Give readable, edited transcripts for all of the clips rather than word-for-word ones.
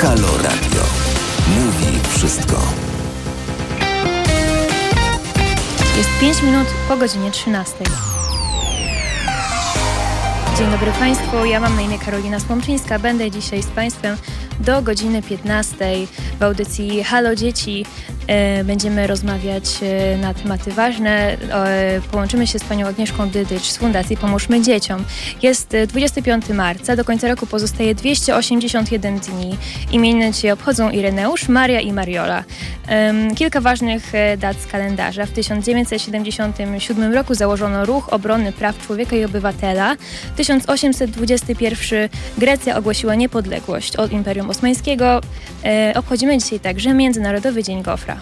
Halo Radio. Mówi wszystko. Jest 5 minut po godzinie 13. Dzień dobry Państwu, ja mam na imię Karolina Słomczyńska. Będę dzisiaj z Państwem do godziny 15 w audycji Halo Dzieci. Będziemy rozmawiać na tematy ważne. Połączymy się z panią Agnieszką Dydycz z Fundacji Pomóżmy Dzieciom. Jest 25 marca, do końca roku pozostaje 281 dni. Imieniny dzisiaj obchodzą Ireneusz, Maria i Mariola. Kilka ważnych dat z kalendarza. W 1977 roku założono Ruch Obrony Praw Człowieka i Obywatela. W 1821 Grecja ogłosiła niepodległość od Imperium Osmańskiego. Obchodzimy dzisiaj także Międzynarodowy Dzień Gofra.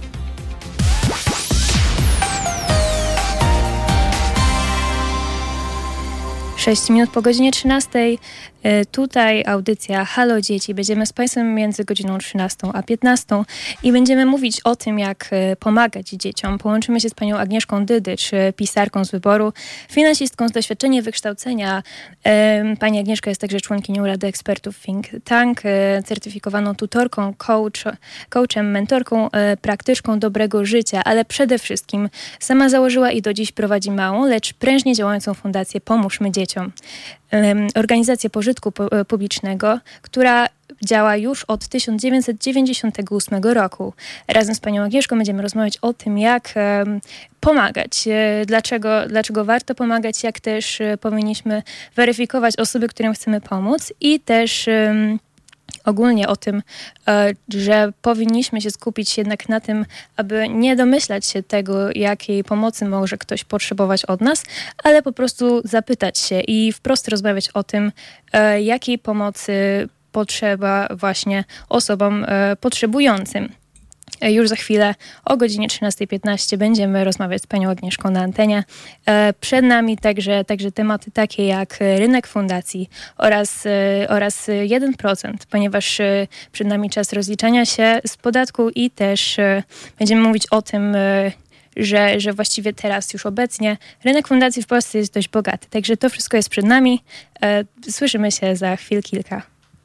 Sześć minut po godzinie 13. Tutaj audycja Halo Dzieci. Będziemy z Państwem między godziną 13 a 15 i będziemy mówić o tym, jak pomagać dzieciom. Połączymy się z panią Agnieszką Dydycz, pisarką z wyboru, finansistką z doświadczenia wykształcenia. Pani Agnieszka jest także członkinią Rady Ekspertów Think Tank, certyfikowaną tutorką, coachem, mentorką, praktyczką dobrego życia, ale przede wszystkim sama założyła i do dziś prowadzi małą, lecz prężnie działającą fundację Pomóżmy Dzieciom. Organizację pożytku publicznego, która działa już od 1998 roku. Razem z panią Agnieszką będziemy rozmawiać o tym, jak pomagać, dlaczego warto pomagać, jak też powinniśmy weryfikować osoby, którym chcemy pomóc i też ogólnie o tym, że powinniśmy się skupić jednak na tym, aby nie domyślać się tego, jakiej pomocy może ktoś potrzebować od nas, ale po prostu zapytać się i wprost rozmawiać o tym, jakiej pomocy potrzeba właśnie osobom potrzebującym. Już za chwilę o godzinie 13:15 będziemy rozmawiać z panią Agnieszką na antenie. Przed nami także tematy takie jak rynek fundacji oraz 1%, ponieważ przed nami czas rozliczania się z podatku i też będziemy mówić o tym, że właściwie teraz już obecnie rynek fundacji w Polsce jest dość bogaty. Także to wszystko jest przed nami. Słyszymy się za chwil kilka.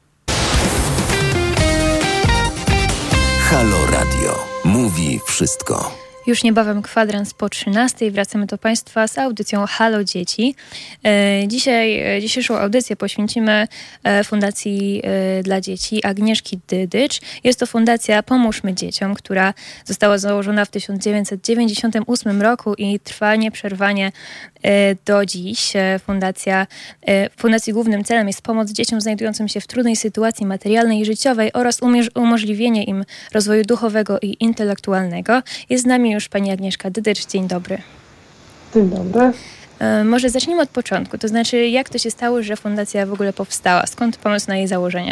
Halo Radio. Mówi wszystko. Już niebawem kwadrans po 13:00 wracamy do Państwa z audycją Halo Dzieci. Dzisiejszą audycję poświęcimy Fundacji dla Dzieci Agnieszki Dydycz. Jest to Fundacja Pomóżmy Dzieciom, która została założona w 1998 roku i trwa nieprzerwanie do dziś. Fundacji głównym celem jest pomoc dzieciom znajdującym się w trudnej sytuacji materialnej i życiowej oraz umożliwienie im rozwoju duchowego i intelektualnego. Jest z nami już pani Agnieszka Dydycz. Dzień dobry. Dzień dobry. Może zacznijmy od początku. To znaczy, jak to się stało, że fundacja w ogóle powstała? Skąd pomysł na jej założenie?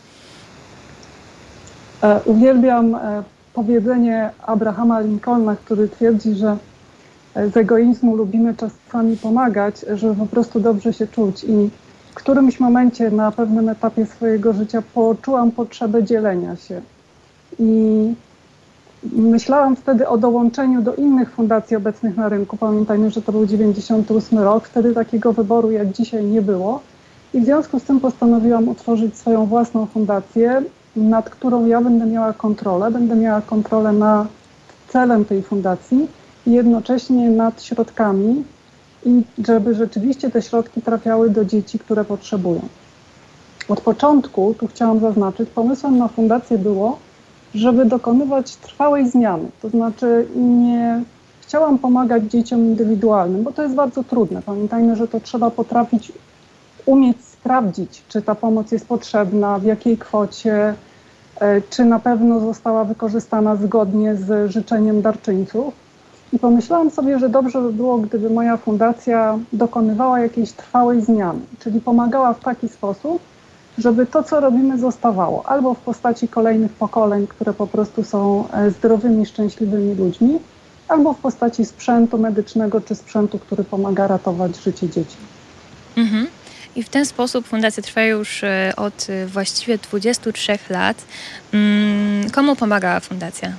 Uwielbiam powiedzenie Abrahama Lincolna, który twierdzi, że z egoizmu lubimy czasami pomagać, żeby po prostu dobrze się czuć. I w którymś momencie na pewnym etapie swojego życia poczułam potrzebę dzielenia się. I myślałam wtedy o dołączeniu do innych fundacji obecnych na rynku. Pamiętajmy, że to był 98 rok. Wtedy takiego wyboru jak dzisiaj nie było. I w związku z tym postanowiłam utworzyć swoją własną fundację, nad którą ja będę miała kontrolę. Będę miała kontrolę nad celem tej fundacji i jednocześnie nad środkami, i żeby rzeczywiście te środki trafiały do dzieci, które potrzebują. Od początku, tu chciałam zaznaczyć, pomysłem na fundację było, żeby dokonywać trwałej zmiany. To znaczy nie chciałam pomagać dzieciom indywidualnym, bo to jest bardzo trudne. Pamiętajmy, że to trzeba potrafić umieć sprawdzić, czy ta pomoc jest potrzebna, w jakiej kwocie, czy na pewno została wykorzystana zgodnie z życzeniem darczyńców. I pomyślałam sobie, że dobrze by było, gdyby moja fundacja dokonywała jakiejś trwałej zmiany, czyli pomagała w taki sposób, żeby to, co robimy, zostawało albo w postaci kolejnych pokoleń, które po prostu są zdrowymi, szczęśliwymi ludźmi, albo w postaci sprzętu medycznego czy sprzętu, który pomaga ratować życie dzieci. Mhm. I w ten sposób fundacja trwa już od właściwie 23 lat. Komu pomagała fundacja?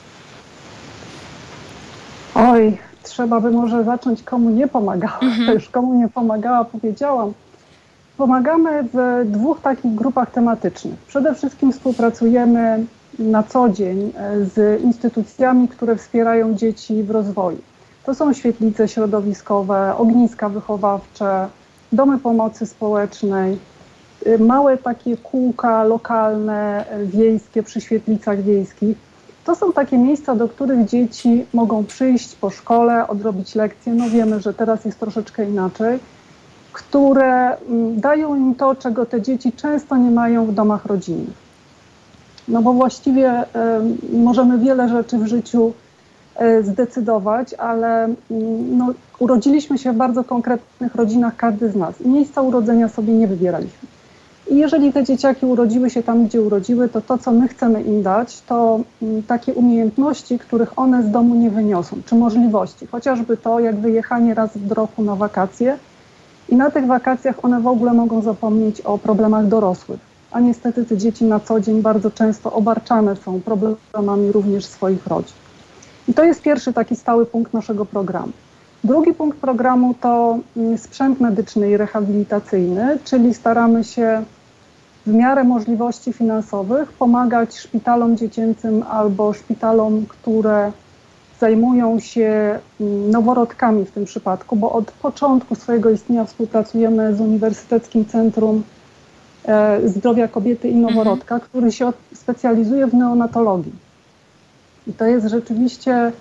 Trzeba by może zacząć, komu nie pomagała. To już komu nie pomagała, powiedziałam. Pomagamy w 2 takich grupach tematycznych. Przede wszystkim współpracujemy na co dzień z instytucjami, które wspierają dzieci w rozwoju. To są świetlice środowiskowe, ogniska wychowawcze, domy pomocy społecznej, małe takie kółka lokalne, wiejskie przy świetlicach wiejskich. To są takie miejsca, do których dzieci mogą przyjść po szkole, odrobić lekcje. No wiemy, że teraz jest troszeczkę inaczej, które dają im to, czego te dzieci często nie mają w domach rodzinnych. No bo właściwie możemy wiele rzeczy w życiu zdecydować, ale no, urodziliśmy się w bardzo konkretnych rodzinach, każdy z nas. I miejsca urodzenia sobie nie wybieraliśmy. I jeżeli te dzieciaki urodziły się tam, gdzie urodziły, to to, co my chcemy im dać, to takie umiejętności, których one z domu nie wyniosą, czy możliwości. Chociażby to, jak wyjechanie raz w roku na wakacje i na tych wakacjach one w ogóle mogą zapomnieć o problemach dorosłych. A niestety te dzieci na co dzień bardzo często obarczane są problemami również swoich rodzin. I to jest pierwszy taki stały punkt naszego programu. Drugi punkt programu to sprzęt medyczny i rehabilitacyjny, czyli staramy się w miarę możliwości finansowych pomagać szpitalom dziecięcym albo szpitalom, które zajmują się noworodkami w tym przypadku, bo od początku swojego istnienia współpracujemy z Uniwersyteckim Centrum Zdrowia Kobiety i Noworodka, który się specjalizuje w neonatologii. I to jest rzeczywiście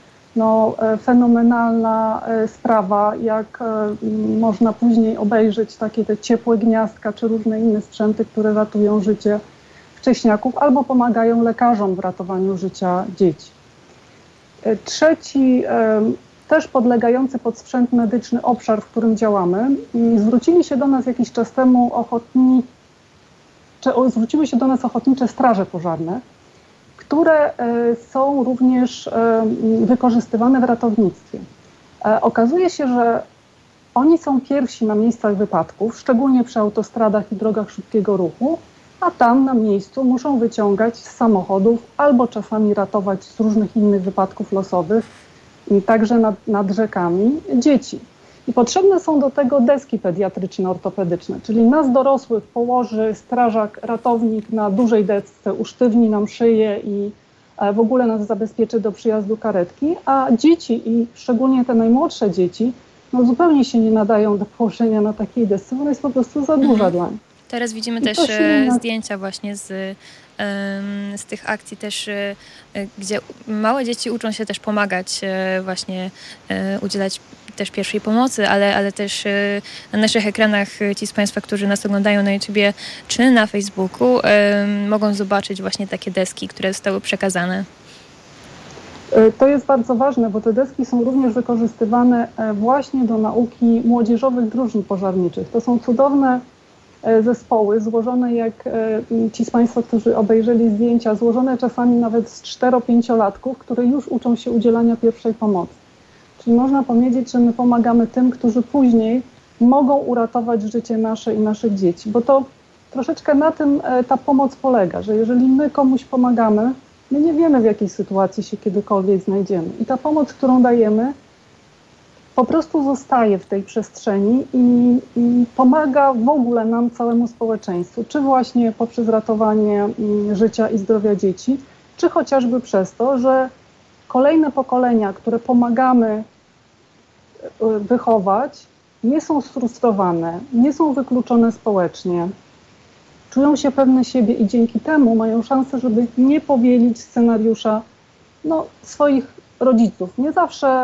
fenomenalna sprawa, jak można później obejrzeć takie te ciepłe gniazdka czy różne inne sprzęty, które ratują życie wcześniaków albo pomagają lekarzom w ratowaniu życia dzieci. Trzeci, też podlegający pod sprzęt medyczny obszar, w którym działamy, zwróciły się do nas jakiś czas temu ochotnicze straże pożarne, które są również wykorzystywane w ratownictwie. Okazuje się, że oni są pierwsi na miejscach wypadków, szczególnie przy autostradach i drogach szybkiego ruchu, a tam na miejscu muszą wyciągać z samochodów albo czasami ratować z różnych innych wypadków losowych, także nad rzekami, dzieci. I potrzebne są do tego deski pediatryczne, ortopedyczne, czyli nas dorosłych położy strażak, ratownik na dużej desce, usztywni nam szyję i w ogóle nas zabezpieczy do przyjazdu karetki, a dzieci i szczególnie te najmłodsze dzieci zupełnie się nie nadają do położenia na takiej desce, ona jest po prostu za duża dla nich. Teraz widzimy też zdjęcia właśnie z tych akcji też, gdzie małe dzieci uczą się też pomagać, właśnie udzielać też pierwszej pomocy, ale też na naszych ekranach ci z Państwa, którzy nas oglądają na YouTubie czy na Facebooku, mogą zobaczyć właśnie takie deski, które zostały przekazane. To jest bardzo ważne, bo te deski są również wykorzystywane właśnie do nauki młodzieżowych drużyn pożarniczych. To są cudowne zespoły, złożone jak ci z Państwa, którzy obejrzeli zdjęcia, złożone czasami nawet z 4-5-latków, które już uczą się udzielania pierwszej pomocy. Czyli można powiedzieć, że my pomagamy tym, którzy później mogą uratować życie nasze i naszych dzieci, bo to troszeczkę na tym ta pomoc polega, że jeżeli my komuś pomagamy, my nie wiemy, w jakiej sytuacji się kiedykolwiek znajdziemy. I ta pomoc, którą dajemy, po prostu zostaje w tej przestrzeni i pomaga w ogóle nam, całemu społeczeństwu, czy właśnie poprzez ratowanie życia i zdrowia dzieci, czy chociażby przez to, że kolejne pokolenia, które pomagamy wychować, nie są sfrustrowane, nie są wykluczone społecznie, czują się pewne siebie i dzięki temu mają szansę, żeby nie powielić scenariusza swoich rodziców. Nie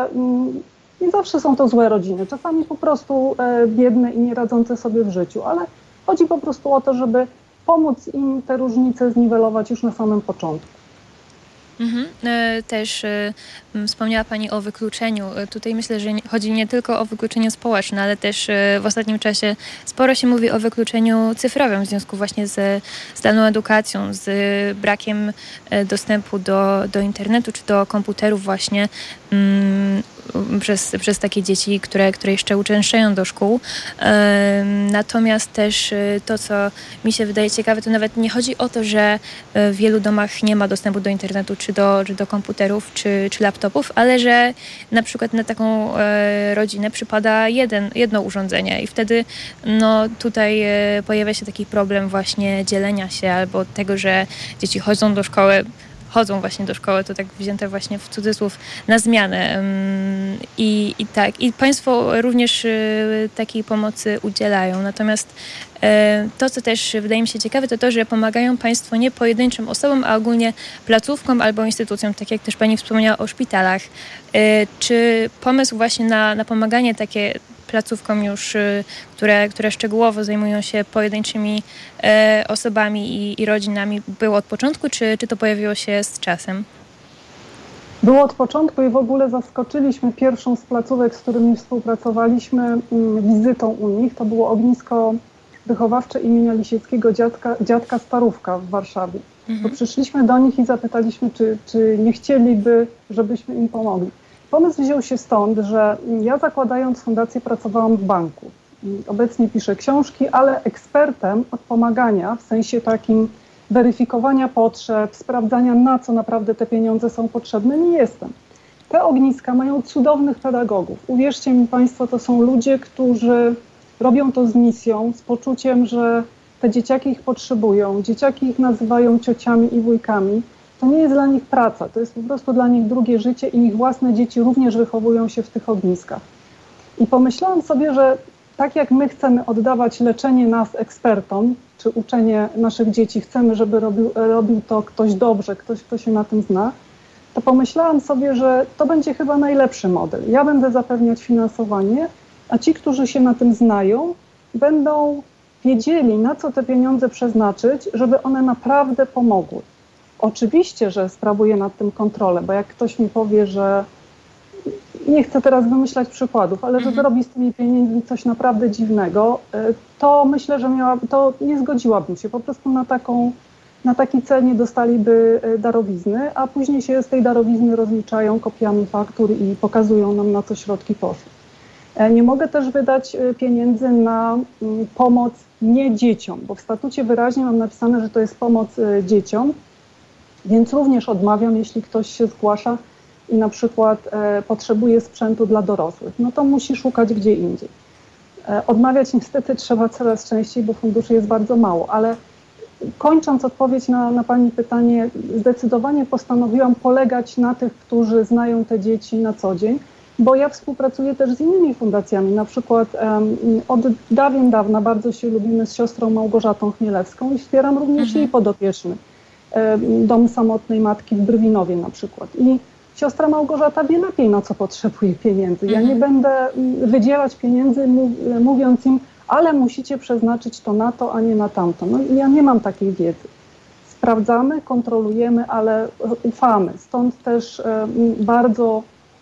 zawsze są to złe rodziny, czasami po prostu biedne i nie radzące sobie w życiu, ale chodzi po prostu o to, żeby pomóc im te różnice zniwelować już na samym początku. Też wspomniała Pani o wykluczeniu. Tutaj myślę, że chodzi nie tylko o wykluczenie społeczne, ale też w ostatnim czasie sporo się mówi o wykluczeniu cyfrowym w związku właśnie z zdalną edukacją, z brakiem dostępu do internetu czy do komputerów właśnie. przez takie dzieci, które jeszcze uczęszczają do szkół. Natomiast też to, co mi się wydaje ciekawe, to nawet nie chodzi o to, że w wielu domach nie ma dostępu do internetu, czy do komputerów, czy laptopów, ale że na przykład na taką rodzinę przypada jedno urządzenie i wtedy tutaj pojawia się taki problem właśnie dzielenia się albo tego, że dzieci chodzą właśnie do szkoły, to tak wzięte właśnie w cudzysłów, na zmianę. I państwo również takiej pomocy udzielają. Natomiast to, co też wydaje mi się ciekawe, to to, że pomagają państwo nie pojedynczym osobom, a ogólnie placówkom albo instytucjom, tak jak też pani wspomniała o szpitalach. Czy pomysł właśnie na pomaganie takie placówkom już, które szczegółowo zajmują się pojedynczymi osobami i rodzinami, było od początku, czy to pojawiło się z czasem? Było od początku i w ogóle zaskoczyliśmy pierwszą z placówek, z którymi współpracowaliśmy, wizytą u nich. To było ognisko wychowawcze imienia Lisieckiego dziadka Starówka w Warszawie. To przyszliśmy do nich i zapytaliśmy, czy nie chcieliby, żebyśmy im pomogli. Pomysł wziął się stąd, że ja zakładając fundację pracowałam w banku. Obecnie piszę książki, ale ekspertem od pomagania, w sensie takim weryfikowania potrzeb, sprawdzania, na co naprawdę te pieniądze są potrzebne, nie jestem. Te ogniska mają cudownych pedagogów. Uwierzcie mi państwo, to są ludzie, którzy robią to z misją, z poczuciem, że te dzieciaki ich potrzebują. Dzieciaki ich nazywają ciociami i wujkami. To nie jest dla nich praca, to jest po prostu dla nich drugie życie i ich własne dzieci również wychowują się w tych ogniskach. I pomyślałam sobie, że tak jak my chcemy oddawać leczenie nas ekspertom, czy uczenie naszych dzieci, chcemy, żeby robił to ktoś dobrze, ktoś, kto się na tym zna, to pomyślałam sobie, że to będzie chyba najlepszy model. Ja będę zapewniać finansowanie, a ci, którzy się na tym znają, będą wiedzieli, na co te pieniądze przeznaczyć, żeby one naprawdę pomogły. Oczywiście, że sprawuję nad tym kontrolę, bo jak ktoś mi powie, że nie chcę teraz wymyślać przykładów, ale że zrobi z tymi pieniędzmi coś naprawdę dziwnego, to myślę, że to nie zgodziłabym się. Po prostu na taki cel nie dostaliby darowizny, a później się z tej darowizny rozliczają kopiami faktur i pokazują nam, na co środki poszły. Nie mogę też wydać pieniędzy na pomoc nie dzieciom, bo w statucie wyraźnie mam napisane, że to jest pomoc dzieciom, więc również odmawiam, jeśli ktoś się zgłasza i na przykład potrzebuje sprzętu dla dorosłych, no to musi szukać gdzie indziej. Odmawiać niestety trzeba coraz częściej, bo funduszy jest bardzo mało, ale kończąc odpowiedź na pani pytanie, zdecydowanie postanowiłam polegać na tych, którzy znają te dzieci na co dzień, bo ja współpracuję też z innymi fundacjami, na przykład od dawien dawna bardzo się lubimy z siostrą Małgorzatą Chmielewską i wspieram również jej podopiecznych. Dom samotnej matki w Brwinowie na przykład. I siostra Małgorzata wie lepiej, na co potrzebuje pieniędzy. Ja nie będę wydzielać pieniędzy, mówiąc im, ale musicie przeznaczyć to na to, a nie na tamto. No ja nie mam takiej wiedzy. Sprawdzamy, kontrolujemy, ale ufamy. Stąd też bardzo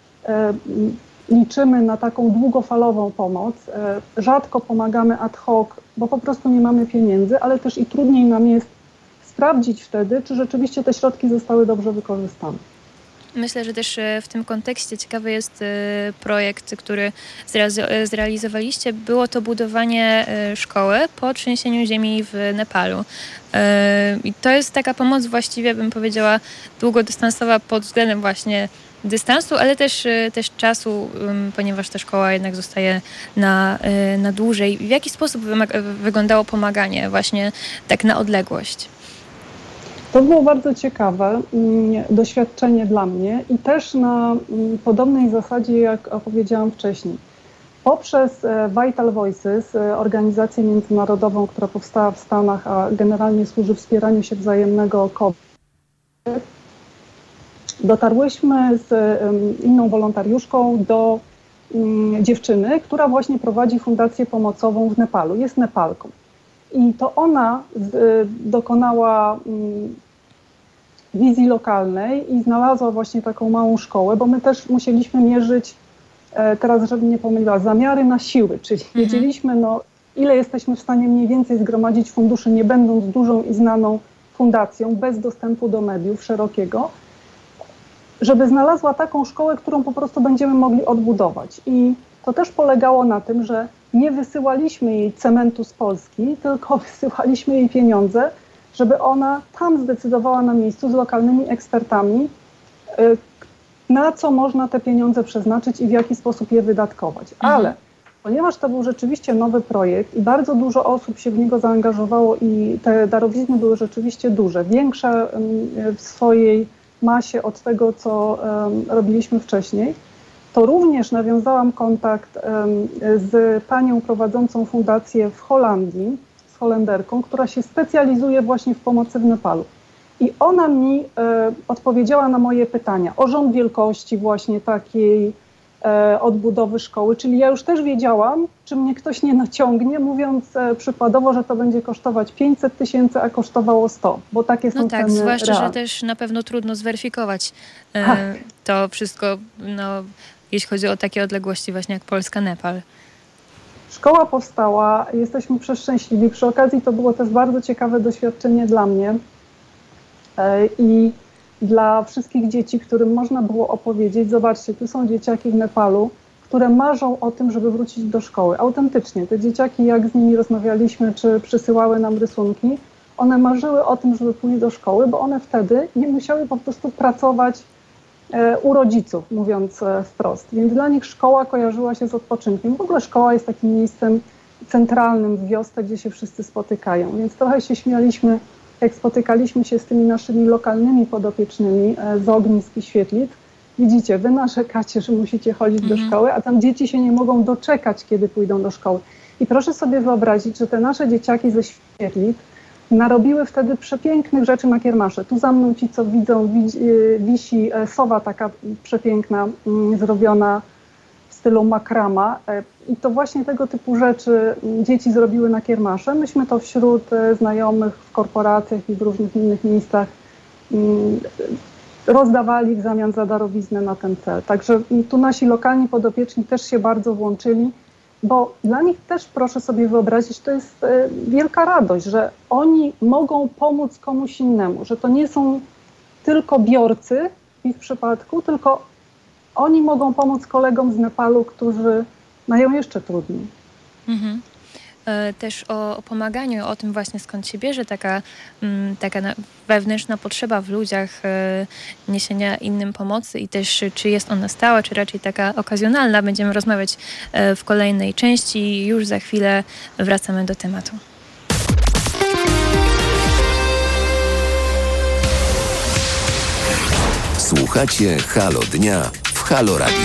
liczymy na taką długofalową pomoc. Rzadko pomagamy ad hoc, bo po prostu nie mamy pieniędzy, ale też i trudniej nam jest sprawdzić wtedy, czy rzeczywiście te środki zostały dobrze wykorzystane. Myślę, że też w tym kontekście ciekawy jest projekt, który zrealizowaliście. Było to budowanie szkoły po trzęsieniu ziemi w Nepalu. I to jest taka pomoc właściwie, bym powiedziała, długodystansowa pod względem właśnie dystansu, ale też czasu, ponieważ ta szkoła jednak zostaje na dłużej. W jaki sposób wyglądało pomaganie właśnie tak na odległość? To było bardzo ciekawe doświadczenie dla mnie i też na podobnej zasadzie, jak opowiedziałam wcześniej. Poprzez Vital Voices, organizację międzynarodową, która powstała w Stanach, a generalnie służy wspieraniu się wzajemnego kobiet, dotarłyśmy z inną wolontariuszką do dziewczyny, która właśnie prowadzi fundację pomocową w Nepalu. Jest Nepalką. I to ona dokonała wizji lokalnej i znalazła właśnie taką małą szkołę, bo my też musieliśmy mierzyć, teraz żebym nie pomyliła, zamiary na siły, czyli wiedzieliśmy, ile jesteśmy w stanie mniej więcej zgromadzić funduszy, nie będąc dużą i znaną fundacją, bez dostępu do mediów szerokiego. żeby znalazła taką szkołę, którą po prostu będziemy mogli odbudować. I to też polegało na tym, że nie wysyłaliśmy jej cementu z Polski, tylko wysyłaliśmy jej pieniądze, żeby ona tam zdecydowała na miejscu z lokalnymi ekspertami, na co można te pieniądze przeznaczyć i w jaki sposób je wydatkować. Ale ponieważ to był rzeczywiście nowy projekt i bardzo dużo osób się w niego zaangażowało i te darowizny były rzeczywiście duże, większe w swojej masie od tego, co robiliśmy wcześniej, to również nawiązałam kontakt z panią prowadzącą fundację w Holandii, z Holenderką, która się specjalizuje właśnie w pomocy w Nepalu. I ona mi odpowiedziała na moje pytania o rząd wielkości właśnie takiej odbudowy szkoły, czyli ja już też wiedziałam, czy mnie ktoś nie naciągnie, mówiąc przykładowo, że to będzie kosztować 500 000, a kosztowało 100, bo takie są ceny zwłaszcza, realne. że też na pewno trudno zweryfikować to wszystko, jeśli chodzi o takie odległości właśnie jak Polska, Nepal. Szkoła powstała, jesteśmy przeszczęśliwi. Przy okazji to było też bardzo ciekawe doświadczenie dla mnie i dla wszystkich dzieci, którym można było opowiedzieć, zobaczcie, tu są dzieciaki w Nepalu, które marzą o tym, żeby wrócić do szkoły. Autentycznie, te dzieciaki, jak z nimi rozmawialiśmy, czy przysyłały nam rysunki, one marzyły o tym, żeby pójść do szkoły, bo one wtedy nie musiały po prostu pracować u rodziców, mówiąc wprost. Więc dla nich szkoła kojarzyła się z odpoczynkiem. W ogóle szkoła jest takim miejscem centralnym w wiosce, gdzie się wszyscy spotykają. Więc trochę się śmialiśmy, jak spotykaliśmy się z tymi naszymi lokalnymi podopiecznymi z ognisk i świetlic. Widzicie, wy narzekacie, że musicie chodzić do szkoły, a tam dzieci się nie mogą doczekać, kiedy pójdą do szkoły. I proszę sobie wyobrazić, że te nasze dzieciaki ze świetlic narobiły wtedy przepięknych rzeczy na kiermasze. Tu za mną ci, co widzą, wisi sowa taka przepiękna, zrobiona w stylu makrama. I to właśnie tego typu rzeczy dzieci zrobiły na kiermasze. Myśmy to wśród znajomych w korporacjach i w różnych innych miejscach rozdawali w zamian za darowiznę na ten cel. Także tu nasi lokalni podopieczni też się bardzo włączyli, bo dla nich też, proszę sobie wyobrazić, to jest wielka radość, że oni mogą pomóc komuś innemu, że to nie są tylko biorcy w ich przypadku, tylko oni mogą pomóc kolegom z Nepalu, którzy mają jeszcze trudniej. Też o pomaganiu, o tym właśnie skąd się bierze taka wewnętrzna potrzeba w ludziach niesienia innym pomocy i też czy jest ona stała, czy raczej taka okazjonalna. Będziemy rozmawiać w kolejnej części. Już za chwilę wracamy do tematu. Słuchacie Halo Dnia w Halo Radio.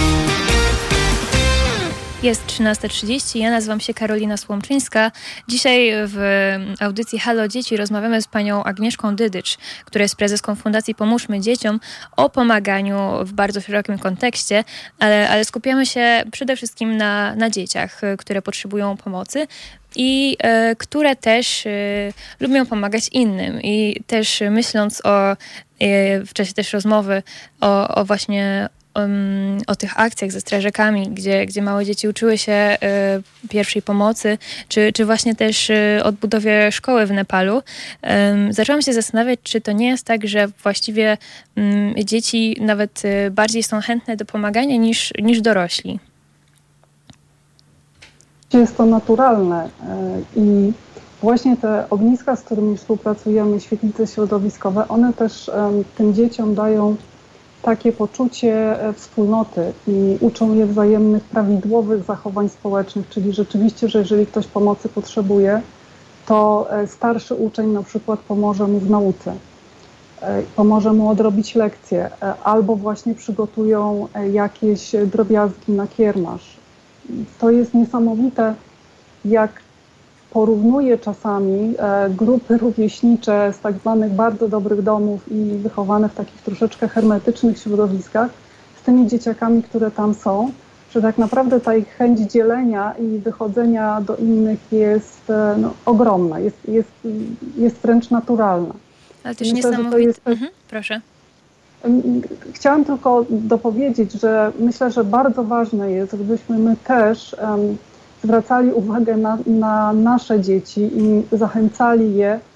Jest 13:30, ja nazywam się Karolina Słomczyńska. Dzisiaj w audycji Halo Dzieci rozmawiamy z panią Agnieszką Dydycz, która jest prezeską Fundacji Pomóżmy Dzieciom, o pomaganiu w bardzo szerokim kontekście, ale skupiamy się przede wszystkim na dzieciach, które potrzebują pomocy i które też lubią pomagać innym. I też myśląc w czasie też rozmowy o właśnie o tych akcjach ze strażakami, gdzie małe dzieci uczyły się pierwszej pomocy, czy właśnie też odbudowie szkoły w Nepalu, zaczęłam się zastanawiać, czy to nie jest tak, że właściwie dzieci nawet bardziej są chętne do pomagania niż dorośli. Jest to naturalne i właśnie te ogniska, z którymi współpracujemy, świetlice środowiskowe, one też tym dzieciom dają takie poczucie wspólnoty i uczą je wzajemnych, prawidłowych zachowań społecznych, czyli rzeczywiście, że jeżeli ktoś pomocy potrzebuje, to starszy uczeń na przykład pomoże mu w nauce, pomoże mu odrobić lekcje, albo właśnie przygotują jakieś drobiazgi na kiermasz. To jest niesamowite, jak porównuję czasami grupy rówieśnicze z tak zwanych bardzo dobrych domów i wychowane w takich troszeczkę hermetycznych środowiskach z tymi dzieciakami, które tam są, że tak naprawdę ta ich chęć dzielenia i wychodzenia do innych jest ogromna, jest wręcz naturalna. Ale też niesamowite. Proszę. Chciałam tylko dopowiedzieć, że myślę, że bardzo ważne jest, żebyśmy my też zwracali uwagę na nasze dzieci i zachęcali je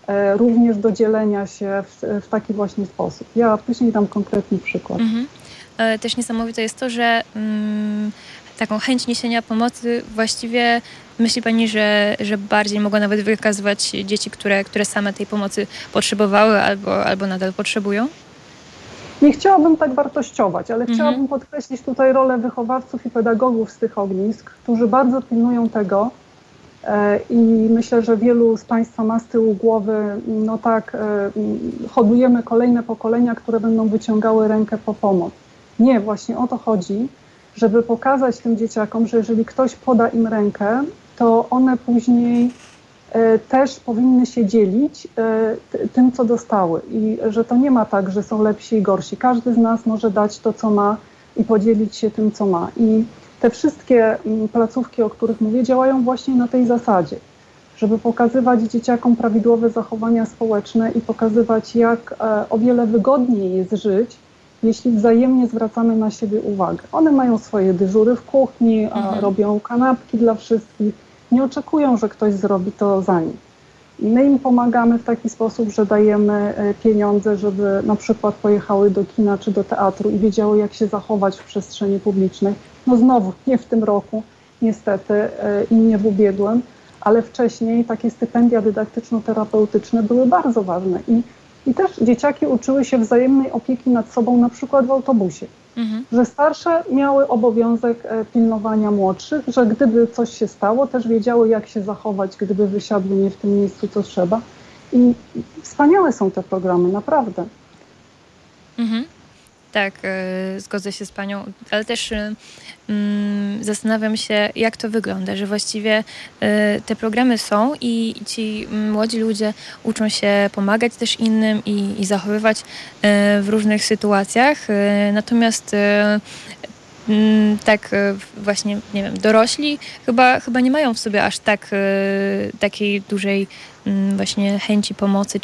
również do dzielenia się w taki właśnie sposób. Ja później dam konkretny przykład. Też niesamowite jest to, że taką chęć niesienia pomocy właściwie myśli Pani, że bardziej mogą nawet wykazywać dzieci, które same tej pomocy potrzebowały albo nadal potrzebują? Nie chciałabym tak wartościować, ale chciałabym podkreślić tutaj rolę wychowawców i pedagogów z tych ognisk, którzy bardzo pilnują tego i myślę, że wielu z Państwa ma z tyłu głowy, no tak, hodujemy kolejne pokolenia, które będą wyciągały rękę po pomoc. Nie, właśnie o to chodzi, żeby pokazać tym dzieciakom, że jeżeli ktoś poda im rękę, to one później też powinny się dzielić tym, co dostały. I że to nie ma tak, że są lepsi i gorsi. Każdy z nas może dać to, co ma i podzielić się tym, co ma. I te wszystkie placówki, o których mówię, działają właśnie na tej zasadzie, żeby pokazywać dzieciakom prawidłowe zachowania społeczne i pokazywać, jak o wiele wygodniej jest żyć, jeśli wzajemnie zwracamy na siebie uwagę. One mają swoje dyżury w kuchni, robią kanapki dla wszystkich, nie oczekują, że ktoś zrobi to za nich. My im pomagamy w taki sposób, że dajemy pieniądze, żeby na przykład pojechały do kina czy do teatru i wiedziały, jak się zachować w przestrzeni publicznej. No znowu, nie w tym roku, niestety, i nie w ubiegłym, ale wcześniej takie stypendia dydaktyczno-terapeutyczne były bardzo ważne. I też dzieciaki uczyły się wzajemnej opieki nad sobą, na przykład w autobusie. Że starsze miały obowiązek pilnowania młodszych, że gdyby coś się stało, też wiedziały, jak się zachować, gdyby wysiadły nie w tym miejscu, co trzeba. I wspaniałe są te programy, naprawdę. Tak, zgodzę się z Panią, ale też zastanawiam się, jak to wygląda, że właściwie te programy są i ci młodzi ludzie uczą się pomagać też innym i zachowywać w różnych sytuacjach. Natomiast tak właśnie, nie wiem, dorośli chyba nie mają w sobie aż tak takiej dużej właśnie chęci pomocy,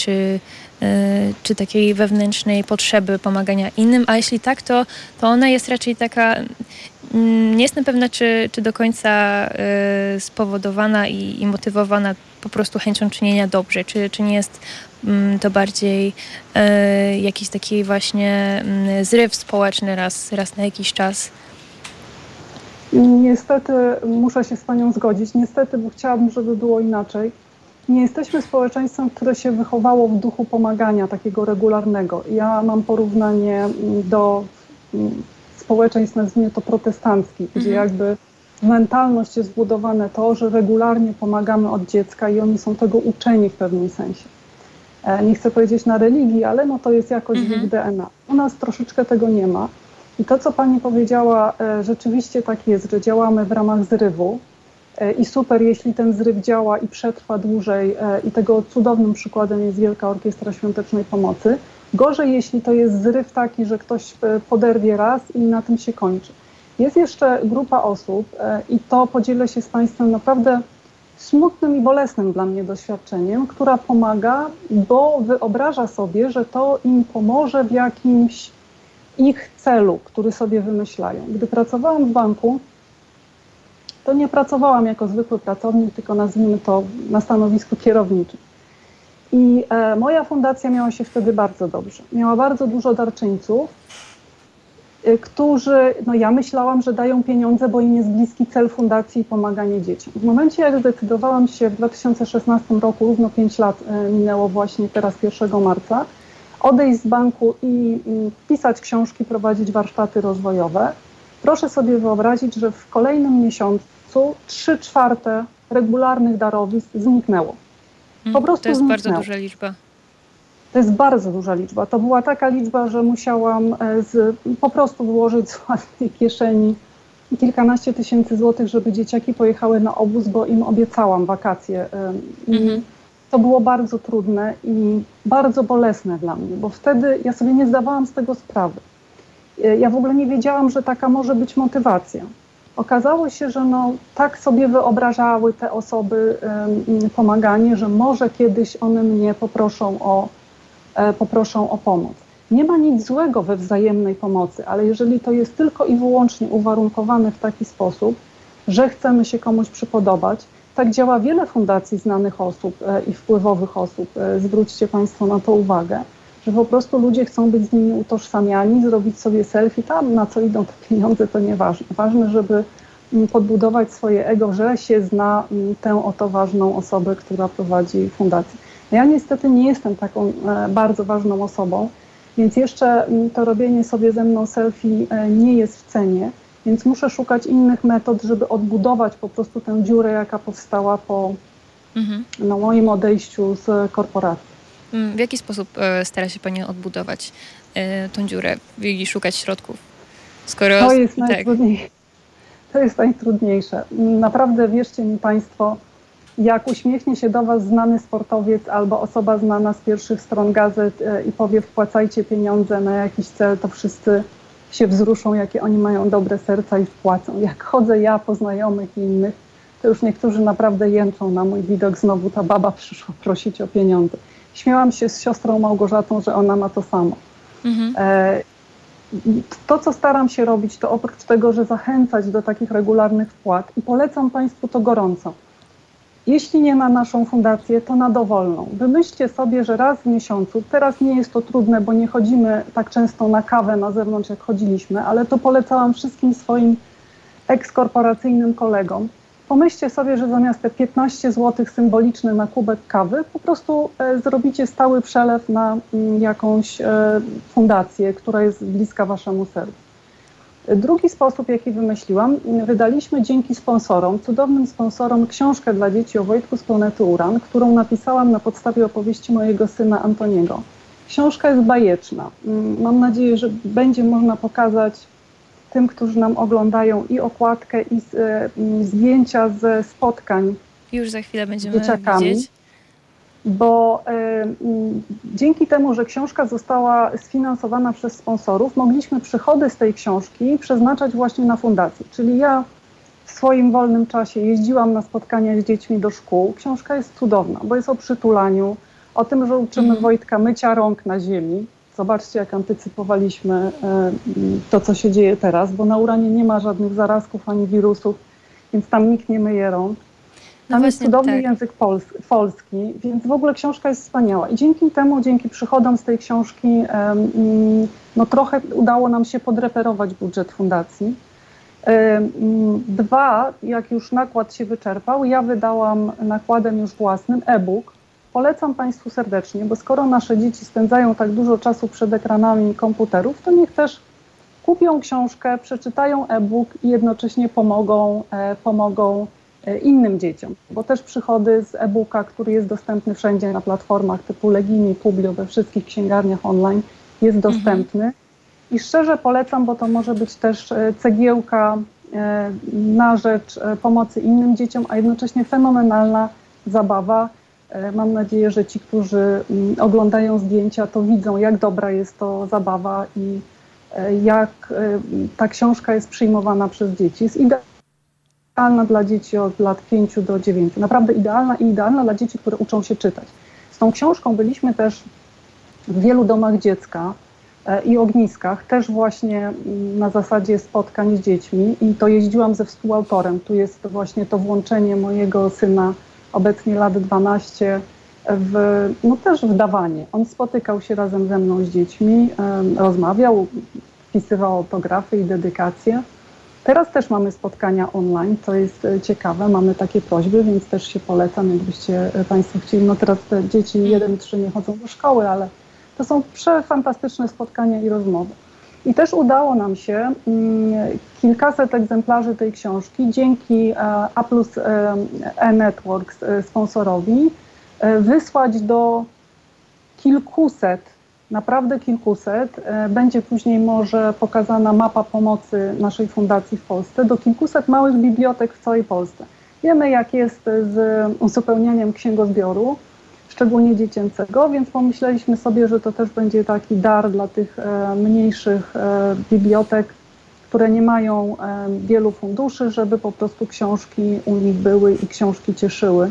czy takiej wewnętrznej potrzeby pomagania innym, a jeśli tak, to ona jest raczej taka, nie jestem pewna, czy do końca spowodowana i motywowana po prostu chęcią czynienia dobrze, czy nie jest to bardziej jakiś taki właśnie zryw społeczny raz na jakiś czas. Niestety muszę się z Panią zgodzić. Niestety, bo chciałabym, żeby było inaczej. Nie jesteśmy społeczeństwem, które się wychowało w duchu pomagania, takiego regularnego. Ja mam porównanie do społeczeństw, nazwijmy to protestanckich, gdzie jakby mentalność jest zbudowane to, że regularnie pomagamy od dziecka i oni są tego uczeni w pewnym sensie. Nie chcę powiedzieć na religii, ale no to jest jakoś w ich DNA. U nas troszeczkę tego nie ma. I to, co Pani powiedziała, rzeczywiście tak jest, że działamy w ramach zrywu i super, jeśli ten zryw działa i przetrwa dłużej i tego cudownym przykładem jest Wielka Orkiestra Świątecznej Pomocy. Gorzej, jeśli to jest zryw taki, że ktoś poderwie raz i na tym się kończy. Jest jeszcze grupa osób i to podzielę się z Państwem naprawdę smutnym i bolesnym dla mnie doświadczeniem, która pomaga, bo wyobraża sobie, że to im pomoże w jakimś ich celu, który sobie wymyślają. Gdy pracowałam w banku, to nie pracowałam jako zwykły pracownik, tylko nazwijmy to na stanowisku kierowniczym. I moja fundacja miała się wtedy bardzo dobrze. Miała bardzo dużo darczyńców, którzy, no ja myślałam, że dają pieniądze, bo im jest bliski cel fundacji i pomaganie dzieciom. W momencie, jak zdecydowałam się w 2016 roku, równo 5 lat minęło właśnie teraz 1 marca, odejść z banku i pisać książki, prowadzić warsztaty rozwojowe. Proszę sobie wyobrazić, że w kolejnym miesiącu 3/4 regularnych darowizn zniknęło. Po prostu to jest zniknęło. Bardzo duża liczba. To jest bardzo duża liczba. To była taka liczba, że musiałam po prostu wyłożyć z własnej kieszeni kilkanaście tysięcy złotych, żeby dzieciaki pojechały na obóz, bo im obiecałam wakacje. I to było bardzo trudne i bardzo bolesne dla mnie, bo wtedy ja sobie nie zdawałam z tego sprawy. Ja w ogóle nie wiedziałam, że taka może być motywacja. Okazało się, że no, tak sobie wyobrażały te osoby pomaganie, że może kiedyś one mnie poproszą o pomoc. Nie ma nic złego we wzajemnej pomocy, ale jeżeli to jest tylko i wyłącznie uwarunkowane w taki sposób, że chcemy się komuś przypodobać, tak działa wiele fundacji znanych osób i wpływowych osób. Zwróćcie Państwo na to uwagę, że po prostu ludzie chcą być z nimi utożsamiani, zrobić sobie selfie, tam na co idą te pieniądze to nieważne. Ważne, żeby podbudować swoje ego, że się zna tę oto ważną osobę, która prowadzi fundację. Ja niestety nie jestem taką bardzo ważną osobą, więc jeszcze to robienie sobie ze mną selfie nie jest w cenie, więc muszę szukać innych metod, żeby odbudować po prostu tę dziurę, jaka powstała po moim odejściu z korporacji. W jaki sposób stara się Pani odbudować tą dziurę i szukać środków? Skoro... To jest najtrudniejsze. To jest najtrudniejsze. Naprawdę wierzcie mi Państwo, jak uśmiechnie się do Was znany sportowiec albo osoba znana z pierwszych stron gazet i powie wpłacajcie pieniądze na jakiś cel, to wszyscy się wzruszą, jakie oni mają dobre serca i wpłacą. Jak chodzę ja po znajomych i innych, to już niektórzy naprawdę jęczą na mój widok, znowu ta baba przyszła prosić o pieniądze. Śmiałam się z siostrą Małgorzatą, że ona ma to samo. To, co staram się robić, to oprócz tego, że zachęcać do takich regularnych wpłat i polecam Państwu to gorąco. Jeśli nie na naszą fundację, to na dowolną. Wymyślcie sobie, że raz w miesiącu, teraz nie jest to trudne, bo nie chodzimy tak często na kawę na zewnątrz, jak chodziliśmy, ale to polecałam wszystkim swoim ekskorporacyjnym kolegom. Pomyślcie sobie, że zamiast te 15 zł symboliczne na kubek kawy, po prostu zrobicie stały przelew na jakąś fundację, która jest bliska Waszemu sercu. Drugi sposób, jaki wymyśliłam, wydaliśmy dzięki sponsorom, cudownym sponsorom, książkę dla dzieci o Wojtku z planety Uran, którą napisałam na podstawie opowieści mojego syna Antoniego. Książka jest bajeczna. Mam nadzieję, że będzie można pokazać tym, którzy nam oglądają, i okładkę, i zdjęcia ze spotkań. Już za chwilę będziemy widzieć. Bo dzięki temu, że książka została sfinansowana przez sponsorów, mogliśmy przychody z tej książki przeznaczać właśnie na fundację. Czyli ja w swoim wolnym czasie jeździłam na spotkania z dziećmi do szkół. Książka jest cudowna, bo jest o przytulaniu, o tym, że uczymy Wojtka mycia rąk na ziemi. Zobaczcie, jak antycypowaliśmy to, co się dzieje teraz, bo na Uranie nie ma żadnych zarazków ani wirusów, więc tam nikt nie myje rąk. Tam jest cudowny język polski, więc w ogóle książka jest wspaniała. I dzięki temu, dzięki przychodom z tej książki, trochę udało nam się podreperować budżet fundacji. Dwa, jak już nakład się wyczerpał, ja wydałam nakładem już własnym e-book. Polecam Państwu serdecznie, bo skoro nasze dzieci spędzają tak dużo czasu przed ekranami komputerów, to niech też kupią książkę, przeczytają e-book i jednocześnie pomogą innym dzieciom, bo też przychody z e-booka, który jest dostępny wszędzie na platformach typu Legimi, Publio, we wszystkich księgarniach online jest dostępny. I szczerze polecam, bo to może być też cegiełka na rzecz pomocy innym dzieciom, a jednocześnie fenomenalna zabawa. Mam nadzieję, że ci, którzy oglądają zdjęcia, to widzą, jak dobra jest to zabawa i jak ta książka jest przyjmowana przez dzieci. Jest idealna dla dzieci od lat 5 do 9. Naprawdę idealna i idealna dla dzieci, które uczą się czytać. Z tą książką byliśmy też w wielu domach dziecka i ogniskach, też właśnie na zasadzie spotkań z dziećmi, i to jeździłam ze współautorem. Tu jest właśnie to włączenie mojego syna, obecnie lat 12, też w dawanie. On spotykał się razem ze mną z dziećmi, rozmawiał, wpisywał autografy i dedykacje. Teraz też mamy spotkania online, to jest ciekawe, mamy takie prośby, więc też się polecam, jakbyście Państwo chcieli. Teraz te dzieci 1-3 nie chodzą do szkoły, ale to są przefantastyczne spotkania i rozmowy. I też udało nam się kilkaset egzemplarzy tej książki dzięki A+ E-Networks sponsorowi wysłać do kilkuset, naprawdę kilkuset, będzie później może pokazana mapa pomocy naszej fundacji w Polsce, do kilkuset małych bibliotek w całej Polsce. Wiemy, jak jest z uzupełnianiem księgozbioru, szczególnie dziecięcego, więc pomyśleliśmy sobie, że to też będzie taki dar dla tych mniejszych bibliotek, które nie mają wielu funduszy, żeby po prostu książki u nich były i książki cieszyły.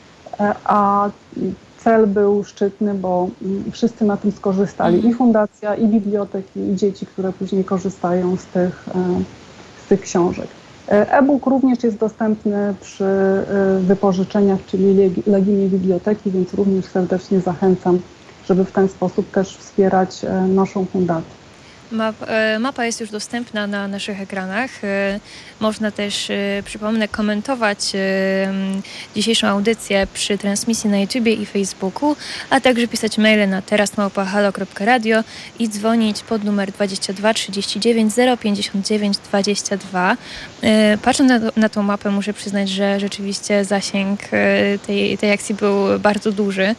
A cel był szczytny, bo wszyscy na tym skorzystali. I fundacja, i biblioteki, i dzieci, które później korzystają z tych książek. E-book również jest dostępny przy wypożyczeniach, czyli Legimi Biblioteki, więc również serdecznie zachęcam, żeby w ten sposób też wspierać naszą fundację. Mapa jest już dostępna na naszych ekranach. Można też, przypomnę, komentować dzisiejszą audycję przy transmisji na YouTubie i Facebooku, a także pisać maile na teraz@halo.radio i dzwonić pod numer 22 39 059 22. Patrząc na tą mapę, muszę przyznać, że rzeczywiście zasięg tej akcji był bardzo duży.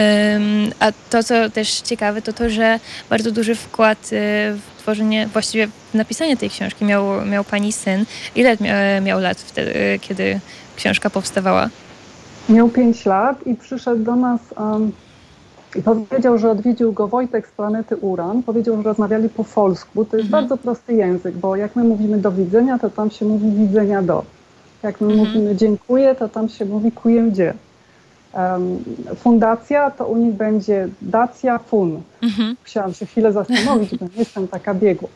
A to, co też ciekawe, to, że bardzo duży wkład w tworzenie, właściwie w napisanie tej książki miał pani syn. Ile miał lat wtedy, kiedy książka powstawała? Miał 5 lat i przyszedł do nas i powiedział, że odwiedził go Wojtek z planety Uran. Powiedział, że rozmawiali po polsku. To jest bardzo prosty język, bo jak my mówimy do widzenia, to tam się mówi widzenia do. Jak my mówimy dziękuję, to tam się mówi kuję. Fundacja to u nich będzie dacja fun. Chciałam się chwilę zastanowić, bo nie jestem taka biegła.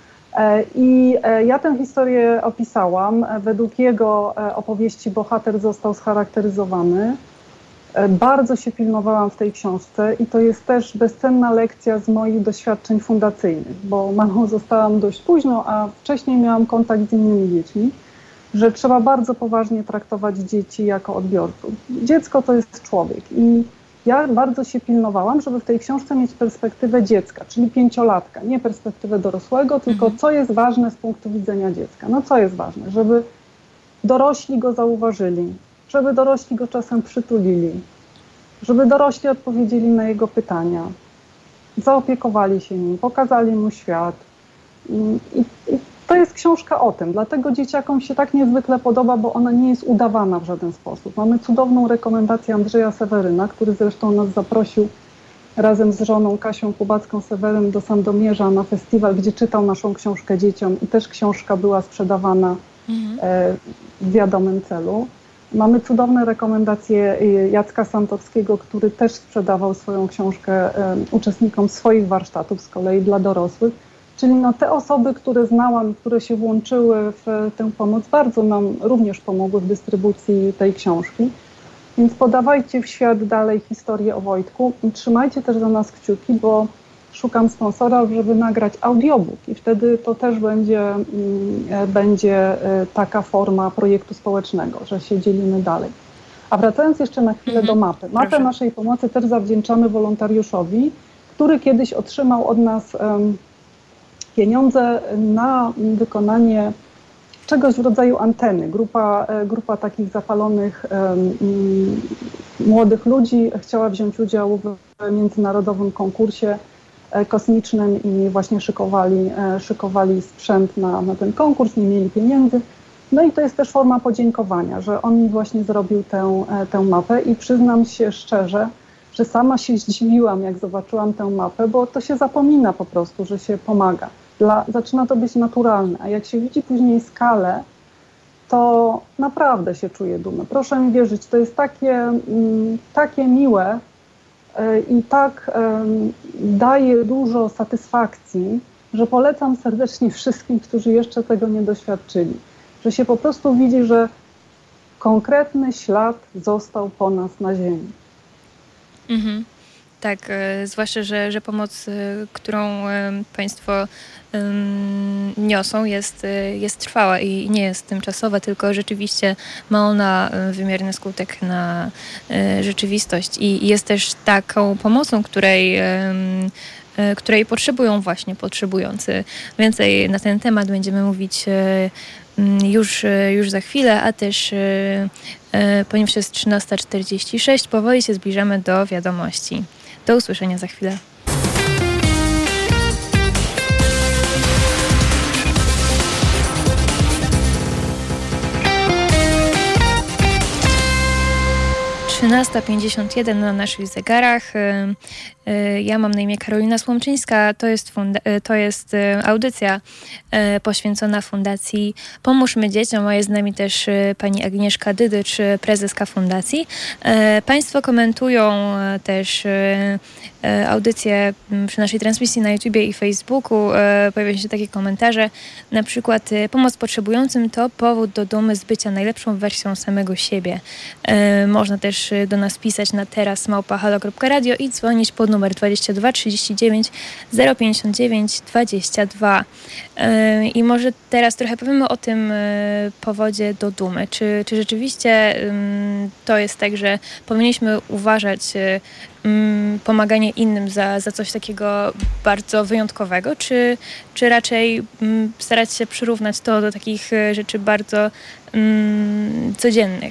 I ja tę historię opisałam. Według jego opowieści bohater został scharakteryzowany. Bardzo się pilnowałam w tej książce i to jest też bezcenna lekcja z moich doświadczeń fundacyjnych, bo mamą zostałam dość późno, a wcześniej miałam kontakt z innymi dziećmi, że trzeba bardzo poważnie traktować dzieci jako odbiorców. Dziecko to jest człowiek i ja bardzo się pilnowałam, żeby w tej książce mieć perspektywę dziecka, czyli 5-latka, nie perspektywę dorosłego, tylko co jest ważne z punktu widzenia dziecka. No co jest ważne? Żeby dorośli go zauważyli, żeby dorośli go czasem przytulili, żeby dorośli odpowiedzieli na jego pytania, zaopiekowali się nim, pokazali mu świat. I to jest książka o tym, dlatego dzieciakom się tak niezwykle podoba, bo ona nie jest udawana w żaden sposób. Mamy cudowną rekomendację Andrzeja Seweryna, który zresztą nas zaprosił razem z żoną Kasią Kubacką-Seweryn do Sandomierza na festiwal, gdzie czytał naszą książkę dzieciom i też książka była sprzedawana w wiadomym celu. Mamy cudowne rekomendacje Jacka Santowskiego, który też sprzedawał swoją książkę uczestnikom swoich warsztatów z kolei dla dorosłych. Czyli no, te osoby, które znałam, które się włączyły w tę pomoc, bardzo nam również pomogły w dystrybucji tej książki. Więc podawajcie w świat dalej historię o Wojtku i trzymajcie też za nas kciuki, bo szukam sponsora, żeby nagrać audiobook i wtedy to też będzie taka forma projektu społecznego, że się dzielimy dalej. A wracając jeszcze na chwilę do mapy. Mapę naszej pomocy też zawdzięczamy wolontariuszowi, który kiedyś otrzymał od nas pieniądze na wykonanie czegoś w rodzaju anteny. Grupa takich zapalonych młodych ludzi chciała wziąć udział w międzynarodowym konkursie kosmicznym i właśnie szykowali sprzęt na ten konkurs, nie mieli pieniędzy. No i to jest też forma podziękowania, że on mi właśnie zrobił tę mapę i przyznam się szczerze, że sama się zdziwiłam, jak zobaczyłam tę mapę, bo to się zapomina po prostu, że się pomaga. Zaczyna to być naturalne, a jak się widzi później skalę, to naprawdę się czuję dumna. Proszę mi wierzyć, to jest takie miłe i tak daje dużo satysfakcji, że polecam serdecznie wszystkim, którzy jeszcze tego nie doświadczyli. Że się po prostu widzi, że konkretny ślad został po nas na ziemi. Tak, zwłaszcza, że pomoc, którą Państwo niosą jest trwała i nie jest tymczasowa, tylko rzeczywiście ma ona wymierny skutek na rzeczywistość i jest też taką pomocą, której potrzebują właśnie potrzebujący. Więcej na ten temat będziemy mówić już za chwilę, a też ponieważ jest 13:46, powoli się zbliżamy do wiadomości. Do usłyszenia za chwilę. 13:51 na naszych zegarach. Ja mam na imię Karolina Słomczyńska. To jest audycja poświęcona Fundacji Pomóżmy Dzieciom, a jest z nami też pani Agnieszka Dydycz, prezeska fundacji. Państwo komentują też audycję przy naszej transmisji na YouTubie i Facebooku. Pojawiają się takie komentarze, na przykład pomoc potrzebującym to powód do dumy z bycia najlepszą wersją samego siebie. Można też do nas pisać na teraz@halo.radio i dzwonić pod numer 22 39 059 22. I może teraz trochę powiemy o tym powodzie do dumy. Czy rzeczywiście to jest tak, że powinniśmy uważać pomaganie innym za coś takiego bardzo wyjątkowego, czy raczej starać się przyrównać to do takich rzeczy bardzo codziennych?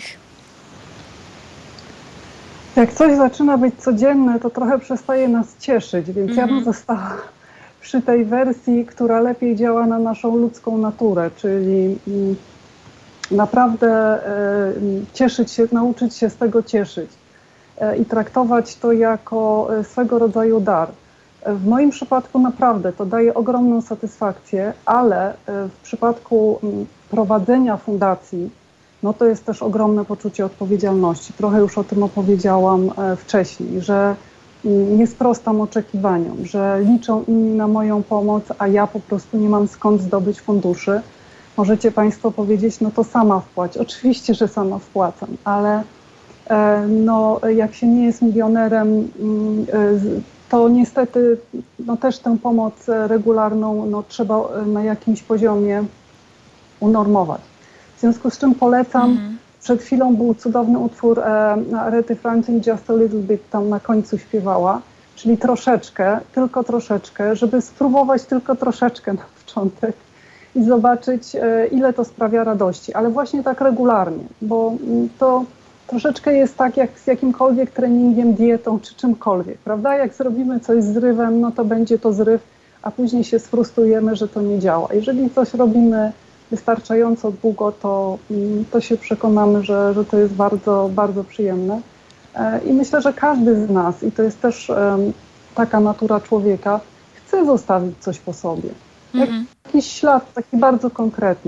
Jak coś zaczyna być codzienne, to trochę przestaje nas cieszyć, więc ja bym została przy tej wersji, która lepiej działa na naszą ludzką naturę, czyli naprawdę cieszyć się, nauczyć się z tego cieszyć i traktować to jako swego rodzaju dar. W moim przypadku naprawdę to daje ogromną satysfakcję, ale w przypadku prowadzenia fundacji, no to jest też ogromne poczucie odpowiedzialności. Trochę już o tym opowiedziałam wcześniej, że nie sprostam oczekiwaniom, że liczą inni na moją pomoc, a ja po prostu nie mam skąd zdobyć funduszy. Możecie Państwo powiedzieć, no to sama wpłać. Oczywiście, że sama wpłacam, ale no, jak się nie jest milionerem, to niestety no, też tę pomoc regularną no, trzeba na jakimś poziomie unormować. W związku z czym polecam, przed chwilą był cudowny utwór Arety Franklin, Just a Little Bit, tam na końcu śpiewała, czyli troszeczkę, tylko troszeczkę, żeby spróbować tylko troszeczkę na początek i zobaczyć, ile to sprawia radości, ale właśnie tak regularnie, bo to troszeczkę jest tak jak z jakimkolwiek treningiem, dietą czy czymkolwiek, prawda? Jak zrobimy coś z zrywem, no to będzie to zryw, a później się sfrustrujemy, że to nie działa. Jeżeli coś robimy wystarczająco długo, to się przekonamy, że to jest bardzo, bardzo przyjemne. I myślę, że każdy z nas, i to jest też taka natura człowieka, chce zostawić coś po sobie. Jakiś ślad taki bardzo konkretny.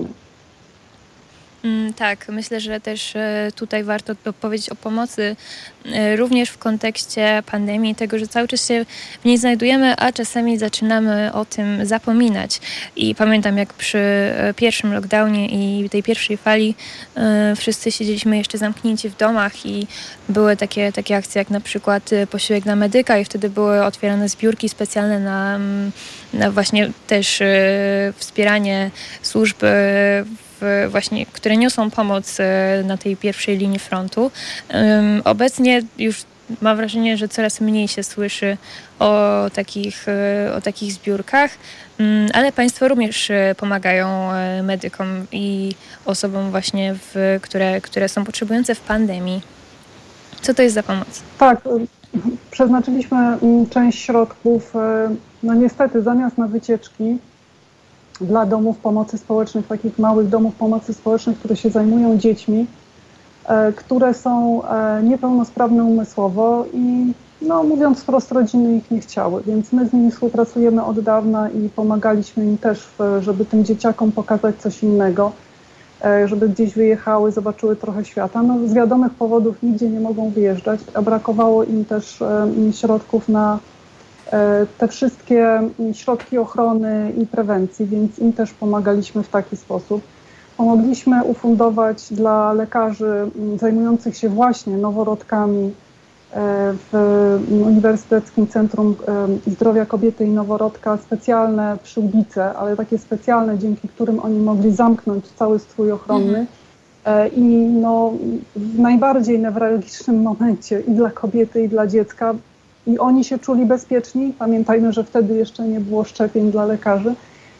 Tak, myślę, że też tutaj warto powiedzieć o pomocy również w kontekście pandemii, tego, że cały czas się w niej znajdujemy, a czasami zaczynamy o tym zapominać. I pamiętam, jak przy pierwszym lockdownie i tej pierwszej fali wszyscy siedzieliśmy jeszcze zamknięci w domach i były takie akcje jak na przykład posiłek dla medyka i wtedy były otwierane zbiórki specjalne na właśnie też wspieranie służb właśnie, które niosą pomoc na tej pierwszej linii frontu. Obecnie już mam wrażenie, że coraz mniej się słyszy o takich zbiórkach, ale Państwo również pomagają medykom i osobom właśnie, które są potrzebujące w pandemii. Co to jest za pomoc? Tak, przeznaczyliśmy część środków, no niestety zamiast na wycieczki, dla domów pomocy społecznych, takich małych domów pomocy społecznych, które się zajmują dziećmi, które są niepełnosprawne umysłowo i no, mówiąc wprost, rodziny ich nie chciały, więc my z nimi współpracujemy od dawna i pomagaliśmy im też, żeby tym dzieciakom pokazać coś innego, żeby gdzieś wyjechały, zobaczyły trochę świata. No, z wiadomych powodów nigdzie nie mogą wyjeżdżać, a brakowało im też środków na te wszystkie środki ochrony i prewencji, więc im też pomagaliśmy w taki sposób. Pomogliśmy ufundować dla lekarzy zajmujących się właśnie noworodkami w Uniwersyteckim Centrum Zdrowia Kobiety i Noworodka specjalne przyłbice, ale takie specjalne, dzięki którym oni mogli zamknąć cały strój ochronny. I no, w najbardziej newralgicznym momencie i dla kobiety, i dla dziecka. I oni się czuli bezpieczni. Pamiętajmy, że wtedy jeszcze nie było szczepień dla lekarzy.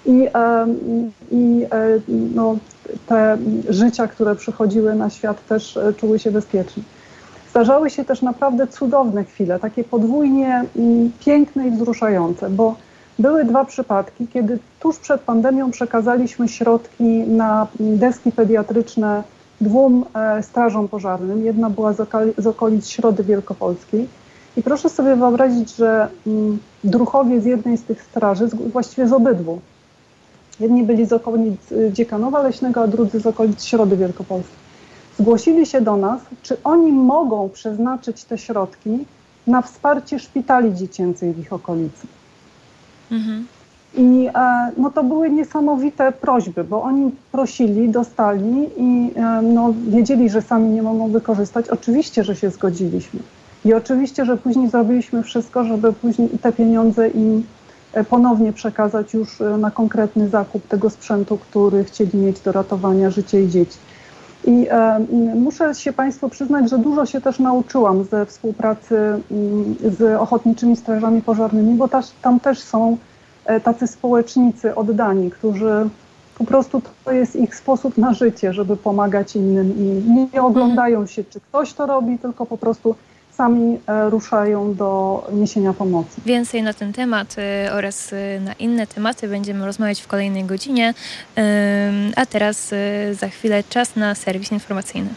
No, te życia, które przychodziły na świat, też czuły się bezpiecznie. Zdarzały się też naprawdę cudowne chwile, takie podwójnie piękne i wzruszające, bo były dwa przypadki, kiedy tuż przed pandemią przekazaliśmy środki na deski pediatryczne 2 strażom pożarnym. Jedna była z okolic Środy Wielkopolskiej. I proszę sobie wyobrazić, że druhowie z jednej z tych straży, właściwie z obydwu, jedni byli z okolic Dziekanowa Leśnego, a drudzy z okolic Środy Wielkopolskiej, zgłosili się do nas, czy oni mogą przeznaczyć te środki na wsparcie szpitali dziecięcych w ich okolicy. I no, to były niesamowite prośby, bo oni prosili, dostali i no, wiedzieli, że sami nie mogą wykorzystać. Oczywiście, że się zgodziliśmy. I oczywiście, że później zrobiliśmy wszystko, żeby później te pieniądze im ponownie przekazać już na konkretny zakup tego sprzętu, który chcieli mieć do ratowania życia i dzieci. I muszę się Państwu przyznać, że dużo się też nauczyłam ze współpracy z ochotniczymi strażami pożarnymi, bo tam też są tacy społecznicy oddani, którzy po prostu to jest ich sposób na życie, żeby pomagać innym i nie oglądają się, czy ktoś to robi, tylko po prostu sami ruszają do niesienia pomocy. Więcej na ten temat oraz na inne tematy będziemy rozmawiać w kolejnej godzinie, a teraz za chwilę czas na serwis informacyjny.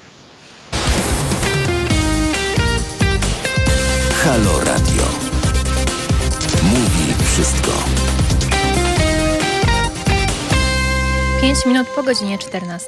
Halo Radio. Mówi wszystko. 5 minut po godzinie 14.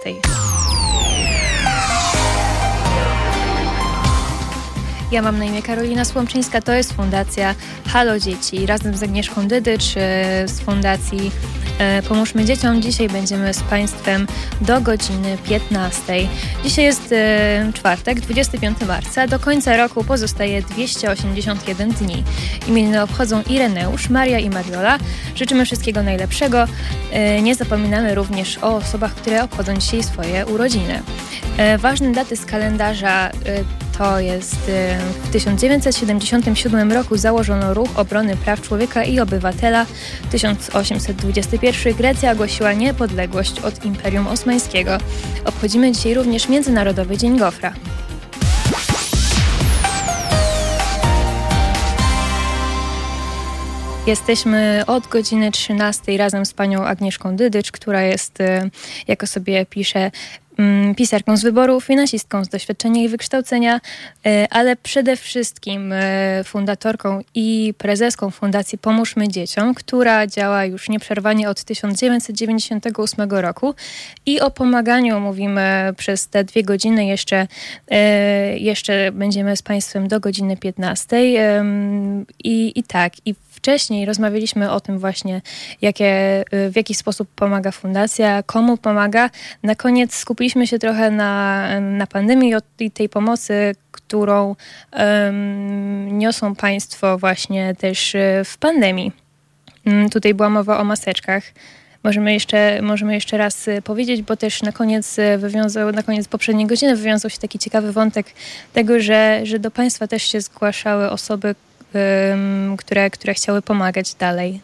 Ja mam na imię Karolina Słomczyńska, to jest Fundacja Halo Dzieci. Razem z Agnieszką Dydycz z Fundacji Pomóżmy Dzieciom. Dzisiaj będziemy z Państwem do godziny 15. Dzisiaj jest czwartek, 25 marca. Do końca roku pozostaje 281 dni. Imieniny obchodzą Ireneusz, Maria i Mariola. Życzymy wszystkiego najlepszego. Nie zapominamy również o osobach, które obchodzą dzisiaj swoje urodziny. Ważne daty z kalendarza to jest w 1977 roku założono Ruch Obrony Praw Człowieka i Obywatela. 1821 Grecja ogłosiła niepodległość od Imperium Osmańskiego. Obchodzimy dzisiaj również Międzynarodowy Dzień Gofra. Jesteśmy od godziny 13 razem z panią Agnieszką Dydycz, która jest, jak o sobie pisze, pisarką z wyboru, finansistką z doświadczenia i wykształcenia, ale przede wszystkim fundatorką i prezeską Fundacji Pomóżmy Dzieciom, która działa już nieprzerwanie od 1998 roku i o pomaganiu mówimy przez te 2 godziny. Jeszcze będziemy z Państwem do godziny 15. I wcześniej rozmawialiśmy o tym właśnie, w jaki sposób pomaga fundacja, komu pomaga. Na koniec skupiliśmy się trochę na pandemii i tej pomocy, którą niosą Państwo właśnie też w pandemii. Tutaj była mowa o maseczkach. Możemy jeszcze raz powiedzieć, bo też na koniec poprzedniej godziny wywiązał się taki ciekawy wątek tego, że do Państwa też się zgłaszały osoby, które chciały pomagać dalej.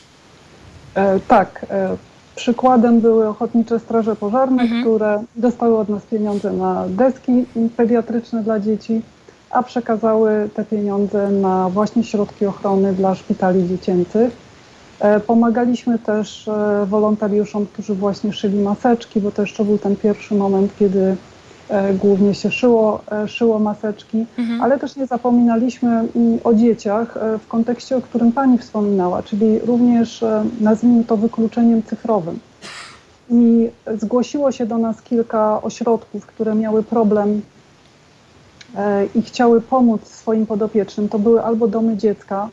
Tak. Przykładem były ochotnicze straże pożarne, które dostały od nas pieniądze na deski pediatryczne dla dzieci, a przekazały te pieniądze na właśnie środki ochrony dla szpitali dziecięcych. Pomagaliśmy też wolontariuszom, którzy właśnie szyli maseczki, bo to jeszcze był ten pierwszy moment, kiedy głównie się szyło maseczki, ale też nie zapominaliśmy o dzieciach w kontekście, o którym Pani wspominała, czyli również nazwijmy to wykluczeniem cyfrowym. I zgłosiło się do nas kilka ośrodków, które miały problem i chciały pomóc swoim podopiecznym. To były albo domy dziecka,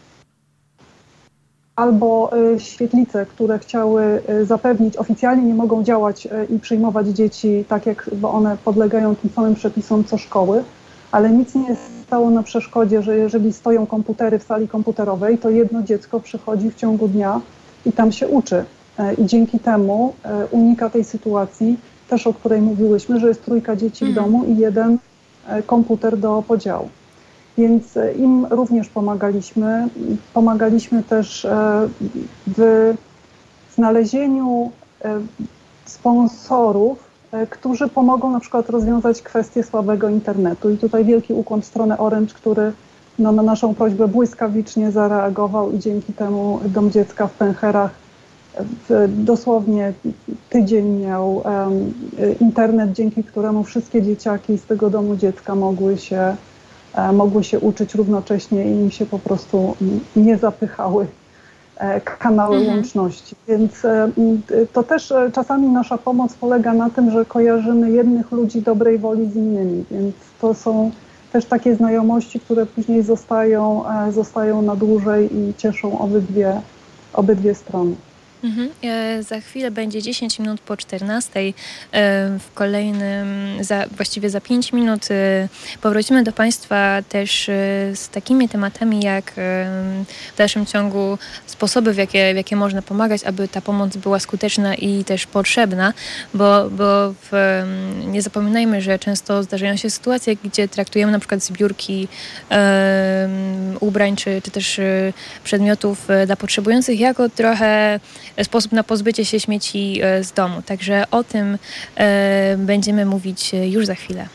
albo świetlice, które chciały zapewnić, oficjalnie nie mogą działać i przyjmować dzieci tak, bo one podlegają tym samym przepisom co szkoły, ale nic nie stało na przeszkodzie, że jeżeli stoją komputery w sali komputerowej, to jedno dziecko przychodzi w ciągu dnia i tam się uczy. I dzięki temu unika tej sytuacji, też o której mówiłyśmy, że jest 3 dzieci w domu i 1 komputer do podziału. Więc im również pomagaliśmy. Pomagaliśmy też w znalezieniu sponsorów, którzy pomogą na przykład rozwiązać kwestię słabego internetu. I tutaj wielki ukłon w stronę Orange, który na naszą prośbę błyskawicznie zareagował i dzięki temu Dom Dziecka w Pęcherach Dosłownie tydzień miał internet, dzięki któremu wszystkie dzieciaki z tego domu dziecka mogły się uczyć równocześnie i im się po prostu nie zapychały kanały łączności. Więc to też czasami nasza pomoc polega na tym, że kojarzymy jednych ludzi dobrej woli z innymi, więc to są też takie znajomości, które później zostają na dłużej i cieszą obydwie strony. Za chwilę będzie 10 minut po 14. W kolejnym, właściwie za 5 minut powrócimy do Państwa też z takimi tematami jak w dalszym ciągu sposoby, w jakie można pomagać, aby ta pomoc była skuteczna i też potrzebna, bo nie zapominajmy, że często zdarzają się sytuacje, gdzie traktujemy na przykład zbiórki ubrań czy też przedmiotów dla potrzebujących jako trochę sposób na pozbycie się śmieci z domu. Także o tym będziemy mówić już za chwilę.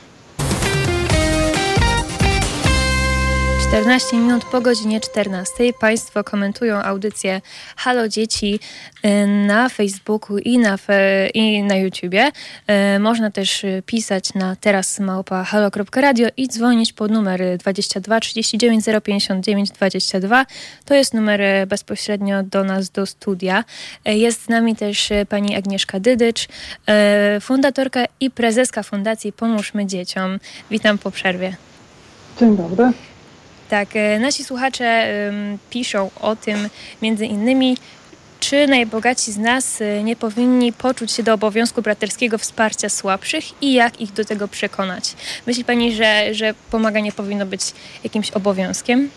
14 minut po godzinie 14. Państwo komentują audycję Halo Dzieci na Facebooku i na YouTubie. Można też pisać na teraz@halo.radio i dzwonić pod numer 22 39 059 22. To jest numer bezpośrednio do nas, do studia. Jest z nami też pani Agnieszka Dydycz, fundatorka i prezeska Fundacji Pomóżmy Dzieciom. Witam po przerwie. Dzień dobry. Tak, nasi słuchacze piszą o tym między innymi, czy najbogatsi z nas nie powinni poczuć się do obowiązku braterskiego wsparcia słabszych i jak ich do tego przekonać. Myśli pani, że pomaganie powinno być jakimś obowiązkiem?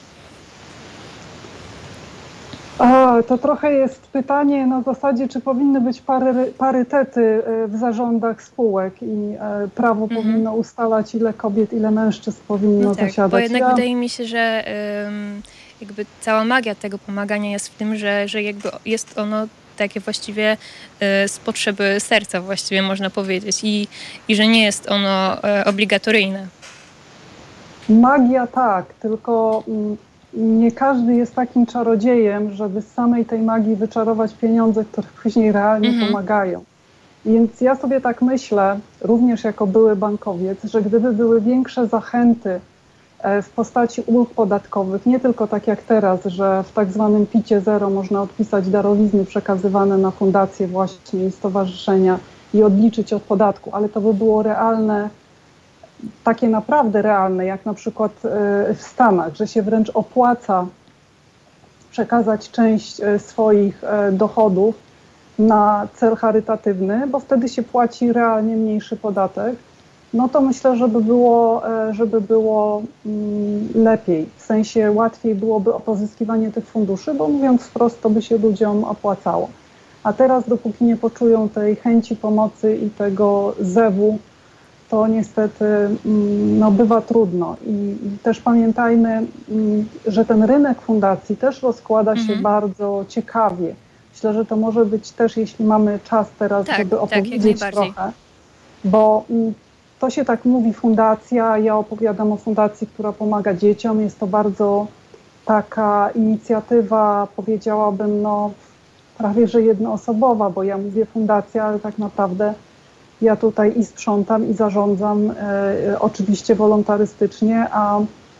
To trochę jest pytanie na zasadzie, czy powinny być parytety w zarządach spółek i prawo powinno ustalać, ile kobiet, ile mężczyzn powinno zasiadać. Bo jednak wydaje mi się, że jakby cała magia tego pomagania jest w tym, że jakby jest ono takie właściwie z potrzeby serca właściwie można powiedzieć i że nie jest ono obligatoryjne. Magia tak, tylko nie każdy jest takim czarodziejem, żeby z samej tej magii wyczarować pieniądze, które później realnie pomagają. Więc ja sobie tak myślę, również jako były bankowiec, że gdyby były większe zachęty w postaci ulg podatkowych, nie tylko tak jak teraz, że w tak zwanym PIT-cie zero można odpisać darowizny przekazywane na fundacje właśnie i stowarzyszenia i odliczyć od podatku, ale to by było realne, takie naprawdę realne, jak na przykład w Stanach, że się wręcz opłaca przekazać część swoich dochodów na cel charytatywny, bo wtedy się płaci realnie mniejszy podatek, no to myślę, żeby było lepiej. W sensie łatwiej byłoby o pozyskiwanie tych funduszy, bo mówiąc wprost, to by się ludziom opłacało. A teraz, dopóki nie poczują tej chęci pomocy i tego zewu, to niestety bywa trudno. I też pamiętajmy, że ten rynek fundacji też rozkłada się bardzo ciekawie. Myślę, że to może być też, jeśli mamy czas teraz, żeby opowiedzieć trochę, bo to się tak mówi fundacja, ja opowiadam o fundacji, która pomaga dzieciom. Jest to bardzo taka inicjatywa, powiedziałabym, prawie że jednoosobowa, bo ja mówię fundacja, ale tak naprawdę ja tutaj i sprzątam, i zarządzam, oczywiście wolontarystycznie, a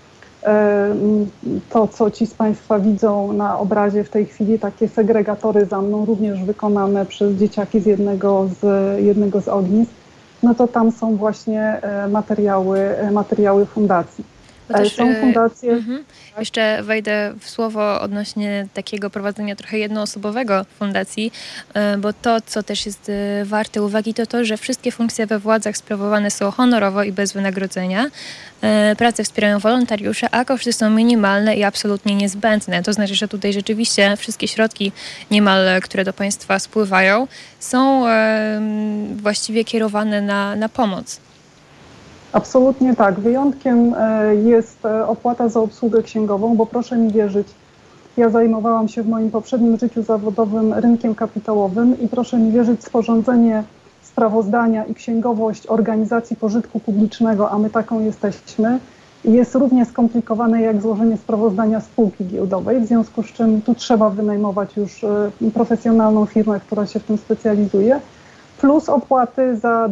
to, co ci z Państwa widzą na obrazie w tej chwili, takie segregatory za mną, również wykonane przez dzieciaki z jednego z ognisk, no to tam są właśnie materiały fundacji. Też, są fundacje... Jeszcze wejdę w słowo odnośnie takiego prowadzenia trochę jednoosobowego fundacji, bo to, co też jest warte uwagi, to, że wszystkie funkcje we władzach sprawowane są honorowo i bez wynagrodzenia. Pracę wspierają wolontariusze, a koszty są minimalne i absolutnie niezbędne. To znaczy, że tutaj rzeczywiście wszystkie środki niemal, które do państwa spływają, są właściwie kierowane na pomoc. Absolutnie tak. Wyjątkiem jest opłata za obsługę księgową, bo proszę mi wierzyć, ja zajmowałam się w moim poprzednim życiu zawodowym rynkiem kapitałowym i proszę mi wierzyć, sporządzenie sprawozdania i księgowość organizacji pożytku publicznego, a my taką jesteśmy, jest równie skomplikowane jak złożenie sprawozdania spółki giełdowej, w związku z czym tu trzeba wynajmować już profesjonalną firmę, która się w tym specjalizuje, plus opłaty za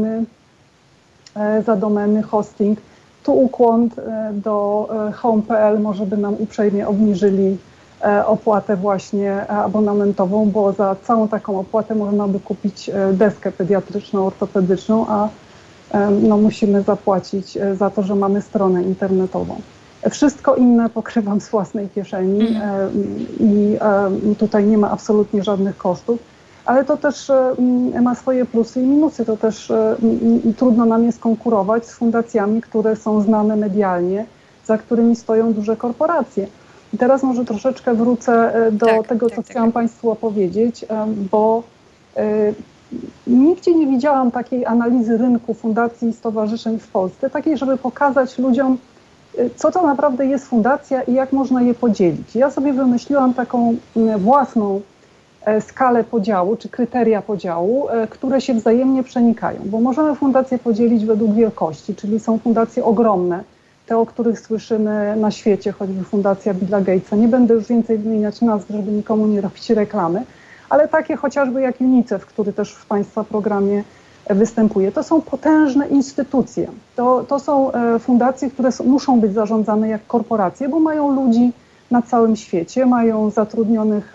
domeny, hosting. Tu ukłon do home.pl, może by nam uprzejmie obniżyli opłatę właśnie abonamentową, bo za całą taką opłatę można by kupić deskę pediatryczną, ortopedyczną, a no, musimy zapłacić za to, że mamy stronę internetową. Wszystko inne pokrywam z własnej kieszeni i tutaj nie ma absolutnie żadnych kosztów, ale to też ma swoje plusy i minusy. To też trudno nam jest konkurować z fundacjami, które są znane medialnie, za którymi stoją duże korporacje. I teraz może troszeczkę wrócę do tego, co chciałam Państwu opowiedzieć, bo nigdzie nie widziałam takiej analizy rynku fundacji i stowarzyszeń w Polsce, takiej, żeby pokazać ludziom, co to naprawdę jest fundacja i jak można je podzielić. Ja sobie wymyśliłam taką własną skalę podziału, czy kryteria podziału, które się wzajemnie przenikają, bo możemy fundacje podzielić według wielkości, czyli są fundacje ogromne, te, o których słyszymy na świecie, choćby Fundacja Billa Gatesa. Nie będę już więcej wymieniać nazw, żeby nikomu nie robić reklamy, ale takie chociażby jak UNICEF, który też w Państwa programie występuje. To są potężne instytucje. To są fundacje, które muszą być zarządzane jak korporacje, bo mają ludzi na całym świecie, mają zatrudnionych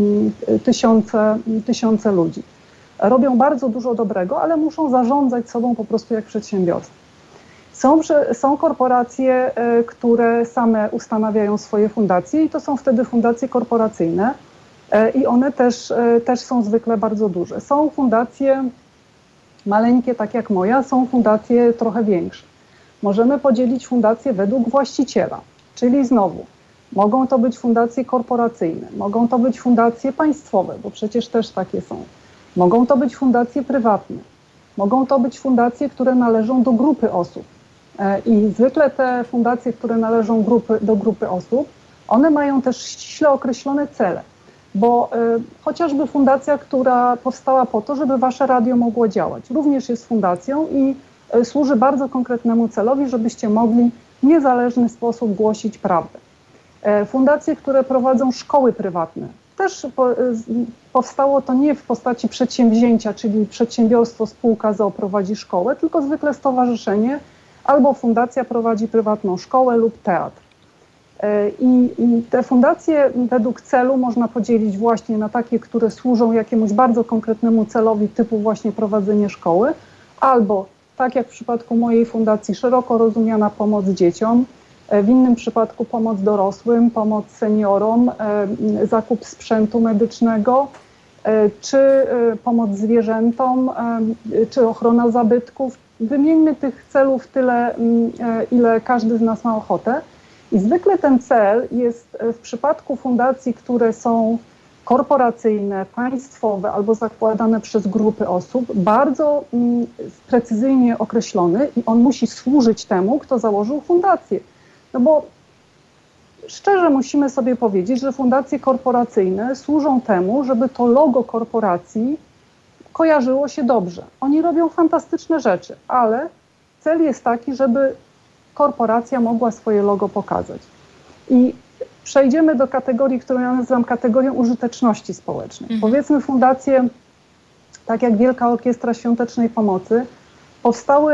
tysiące ludzi. Robią bardzo dużo dobrego, ale muszą zarządzać sobą po prostu jak przedsiębiorstwo. Są korporacje, które same ustanawiają swoje fundacje i to są wtedy fundacje korporacyjne i one też są zwykle bardzo duże. Są fundacje maleńkie, tak jak moja, są fundacje trochę większe. Możemy podzielić fundacje według właściciela, czyli znowu mogą to być fundacje korporacyjne, mogą to być fundacje państwowe, bo przecież też takie są. Mogą to być fundacje prywatne, mogą to być fundacje, które należą do grupy osób. I zwykle te fundacje, które należą do grupy osób, one mają też ściśle określone cele, bo chociażby fundacja, która powstała po to, żeby wasze radio mogło działać, również jest fundacją i służy bardzo konkretnemu celowi, żebyście mogli w niezależny sposób głosić prawdę. Fundacje, które prowadzą szkoły prywatne, też powstało to nie w postaci przedsięwzięcia, czyli przedsiębiorstwo, spółka z o.o. prowadzi szkołę, tylko zwykle stowarzyszenie albo fundacja prowadzi prywatną szkołę lub teatr. I te fundacje według celu można podzielić właśnie na takie, które służą jakiemuś bardzo konkretnemu celowi, typu właśnie prowadzenie szkoły, albo tak jak w przypadku mojej fundacji, szeroko rozumiana pomoc dzieciom, w innym przypadku pomoc dorosłym, pomoc seniorom, zakup sprzętu medycznego, czy pomoc zwierzętom, czy ochrona zabytków. Wymieńmy tych celów tyle, ile każdy z nas ma ochotę. I zwykle ten cel jest w przypadku fundacji, które są korporacyjne, państwowe albo zakładane przez grupy osób, bardzo precyzyjnie określony i on musi służyć temu, kto założył fundację. No bo szczerze musimy sobie powiedzieć, że fundacje korporacyjne służą temu, żeby to logo korporacji kojarzyło się dobrze. Oni robią fantastyczne rzeczy, ale cel jest taki, żeby korporacja mogła swoje logo pokazać. I przejdziemy do kategorii, którą ja nazywam kategorią użyteczności społecznej. Powiedzmy fundacje, tak jak Wielka Orkiestra Świątecznej Pomocy, powstały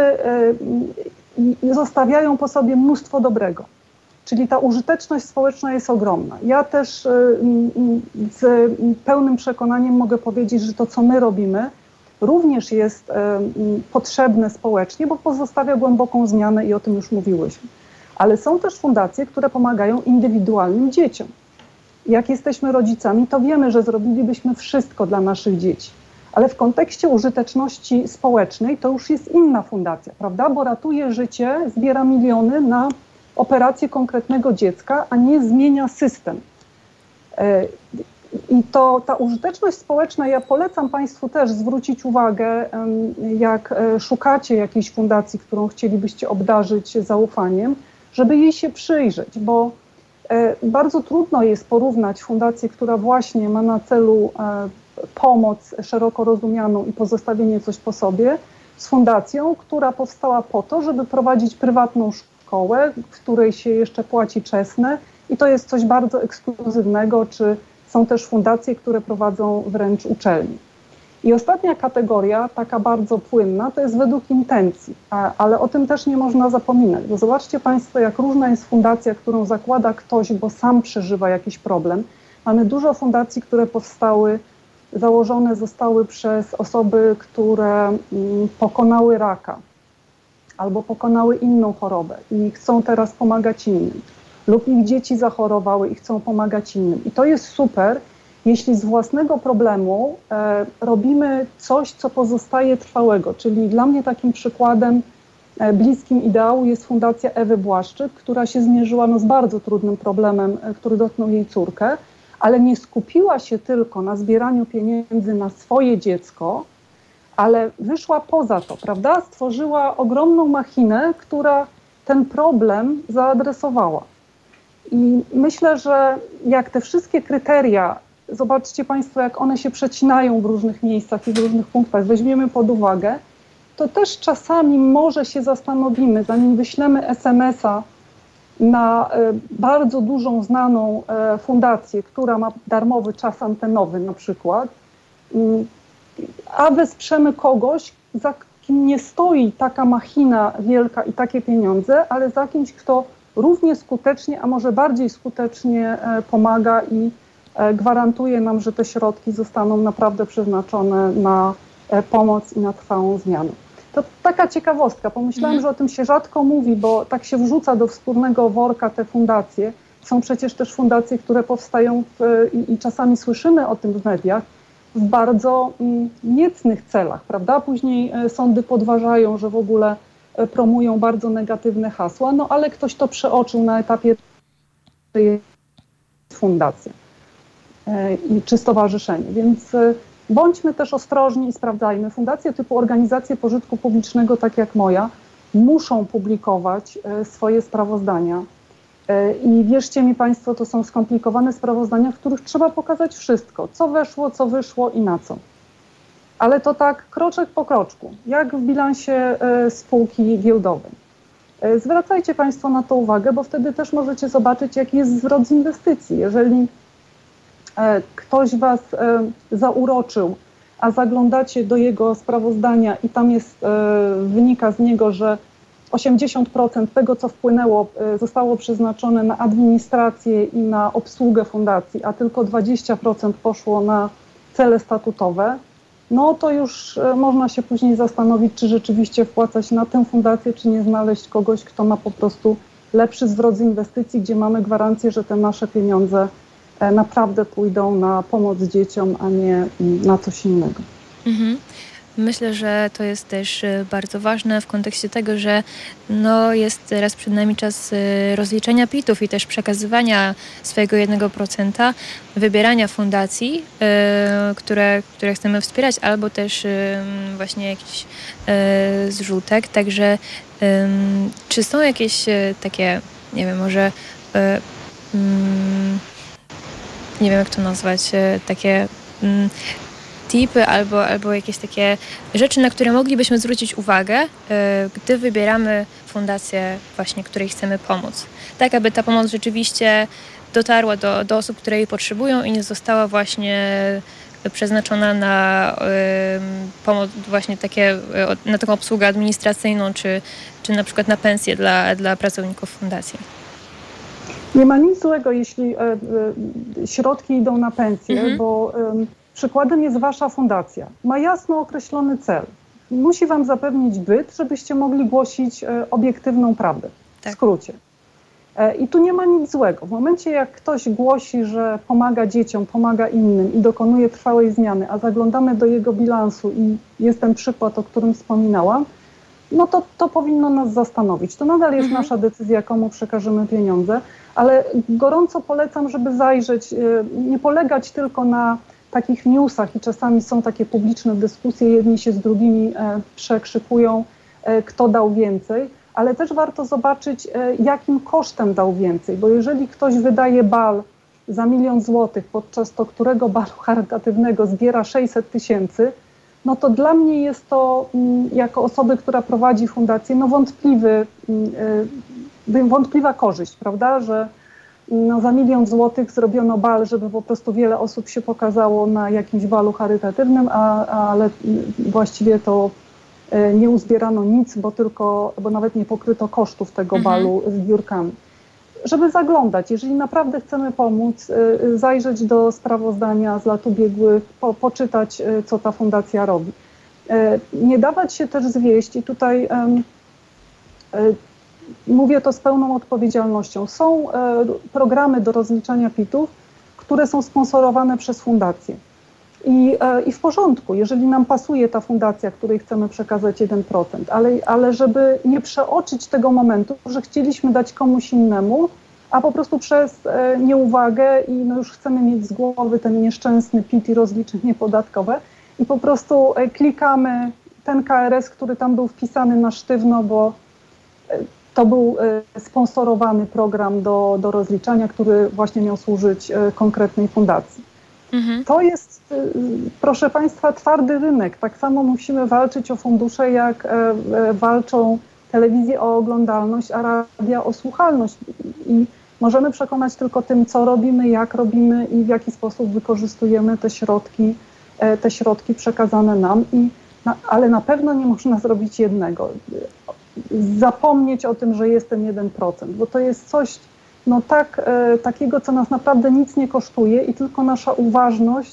i zostawiają po sobie mnóstwo dobrego. Czyli ta użyteczność społeczna jest ogromna. Ja też z pełnym przekonaniem mogę powiedzieć, że to, co my robimy, również jest potrzebne społecznie, bo pozostawia głęboką zmianę i o tym już mówiłyśmy. Ale są też fundacje, które pomagają indywidualnym dzieciom. Jak jesteśmy rodzicami, to wiemy, że zrobilibyśmy wszystko dla naszych dzieci. Ale w kontekście użyteczności społecznej to już jest inna fundacja, prawda? Bo ratuje życie, zbiera miliony na operację konkretnego dziecka, a nie zmienia system. I ta użyteczność społeczna, ja polecam Państwu też zwrócić uwagę, jak szukacie jakiejś fundacji, którą chcielibyście obdarzyć zaufaniem, żeby jej się przyjrzeć, bo bardzo trudno jest porównać fundację, która właśnie ma na celu pomoc szeroko rozumianą i pozostawienie coś po sobie, z fundacją, która powstała po to, żeby prowadzić prywatną szkołę, w której się jeszcze płaci czesne i to jest coś bardzo ekskluzywnego, czy są też fundacje, które prowadzą wręcz uczelnie. I ostatnia kategoria, taka bardzo płynna, to jest według intencji, ale o tym też nie można zapominać, bo zobaczcie Państwo, jak różna jest fundacja, którą zakłada ktoś, bo sam przeżywa jakiś problem. Mamy dużo fundacji, które powstały, założone zostały przez osoby, które pokonały raka albo pokonały inną chorobę i chcą teraz pomagać innym. Lub ich dzieci zachorowały i chcą pomagać innym. I to jest super, jeśli z własnego problemu robimy coś, co pozostaje trwałego. Czyli dla mnie takim przykładem bliskim ideału jest Fundacja Ewy Błaszczyk, która się zmierzyła z bardzo trudnym problemem, który dotknął jej córkę, ale nie skupiła się tylko na zbieraniu pieniędzy na swoje dziecko, ale wyszła poza to, prawda? Stworzyła ogromną machinę, która ten problem zaadresowała. I myślę, że jak te wszystkie kryteria, zobaczcie Państwo, jak one się przecinają w różnych miejscach i w różnych punktach, weźmiemy pod uwagę, to też czasami może się zastanowimy, zanim wyślemy SMS-a na bardzo dużą, znaną fundację, która ma darmowy czas antenowy na przykład, a wesprzemy kogoś, za kim nie stoi taka machina wielka i takie pieniądze, ale za kimś, kto równie skutecznie, a może bardziej skutecznie pomaga i gwarantuje nam, że te środki zostaną naprawdę przeznaczone na pomoc i na trwałą zmianę. To taka ciekawostka. Pomyślałam, że o tym się rzadko mówi, bo tak się wrzuca do wspólnego worka te fundacje. Są przecież też fundacje, które powstają i czasami słyszymy o tym w mediach, w bardzo niecnych celach, prawda? Później sądy podważają, że w ogóle promują bardzo negatywne hasła, no ale ktoś to przeoczył na etapie fundacji czy stowarzyszenie, więc bądźmy też ostrożni i sprawdzajmy. Fundacje typu organizacje pożytku publicznego, tak jak moja, muszą publikować swoje sprawozdania. I wierzcie mi Państwo, to są skomplikowane sprawozdania, w których trzeba pokazać wszystko, co weszło, co wyszło i na co. Ale to tak kroczek po kroczku, jak w bilansie spółki giełdowej. Zwracajcie Państwo na to uwagę, bo wtedy też możecie zobaczyć, jaki jest zwrot z inwestycji. Jeżeli ktoś Was zauroczył, a zaglądacie do jego sprawozdania i tam jest, wynika z niego, że 80% tego, co wpłynęło, zostało przeznaczone na administrację i na obsługę fundacji, a tylko 20% poszło na cele statutowe, no to już można się później zastanowić, czy rzeczywiście wpłacać na tę fundację, czy nie znaleźć kogoś, kto ma po prostu lepszy zwrot z inwestycji, gdzie mamy gwarancję, że te nasze pieniądze naprawdę pójdą na pomoc dzieciom, a nie na coś innego. Myślę, że to jest też bardzo ważne w kontekście tego, że jest teraz przed nami czas rozliczenia PIT-ów i też przekazywania swojego 1%, wybierania fundacji, które chcemy wspierać, albo też właśnie jakiś zrzutek. Także czy są jakieś takie, nie wiem, może nie wiem jak to nazwać, takie tipy albo jakieś takie rzeczy, na które moglibyśmy zwrócić uwagę, gdy wybieramy fundację właśnie, której chcemy pomóc. Tak, aby ta pomoc rzeczywiście dotarła do osób, które jej potrzebują i nie została właśnie przeznaczona na pomoc właśnie na taką obsługę administracyjną, czy na przykład na pensje dla pracowników fundacji. Nie ma nic złego, jeśli środki idą na pensję, bo przykładem jest Wasza fundacja. Ma jasno określony cel. Musi Wam zapewnić byt, żebyście mogli głosić obiektywną prawdę. W skrócie. I tu nie ma nic złego. W momencie, jak ktoś głosi, że pomaga dzieciom, pomaga innym i dokonuje trwałej zmiany, a zaglądamy do jego bilansu i jest ten przykład, o którym wspominałam, no to powinno nas zastanowić. To nadal jest nasza decyzja, komu przekażemy pieniądze, ale gorąco polecam, żeby zajrzeć, nie polegać tylko na takich newsach i czasami są takie publiczne dyskusje, jedni się z drugimi przekrzykują, kto dał więcej, ale też warto zobaczyć, jakim kosztem dał więcej, bo jeżeli ktoś wydaje bal za 1 000 000 złotych, podczas to którego balu charytatywnego zbiera 600 000, no to dla mnie jest to, jako osoby, która prowadzi fundację, wątpliwy wątpliwa korzyść, prawda, że no, za 1 000 000 złotych zrobiono bal, żeby po prostu wiele osób się pokazało na jakimś balu charytatywnym, ale właściwie to nie uzbierano nic, bo nawet nie pokryto kosztów tego balu zbiórkami. Żeby zaglądać, jeżeli naprawdę chcemy pomóc, zajrzeć do sprawozdania z lat ubiegłych, poczytać, co ta fundacja robi. Nie dawać się też zwieść i tutaj mówię to z pełną odpowiedzialnością. Są programy do rozliczania PIT-ów, które są sponsorowane przez fundację. I w porządku, jeżeli nam pasuje ta fundacja, której chcemy przekazać 1%, ale żeby nie przeoczyć tego momentu, że chcieliśmy dać komuś innemu, a po prostu przez nieuwagę i no już chcemy mieć z głowy ten nieszczęsny PIT i rozliczenie podatkowe i po prostu klikamy ten KRS, który tam był wpisany na sztywno, bo to był sponsorowany program do rozliczania, który właśnie miał służyć konkretnej fundacji. To jest, proszę Państwa, twardy rynek. Tak samo musimy walczyć o fundusze, jak walczą telewizje o oglądalność, a radia o słuchalność. I możemy przekonać tylko tym, co robimy, jak robimy i w jaki sposób wykorzystujemy te środki przekazane nam. Ale na pewno nie można zrobić jednego. Zapomnieć o tym, że jest ten 1%, bo to jest coś takiego, co nas naprawdę nic nie kosztuje i tylko nasza uważność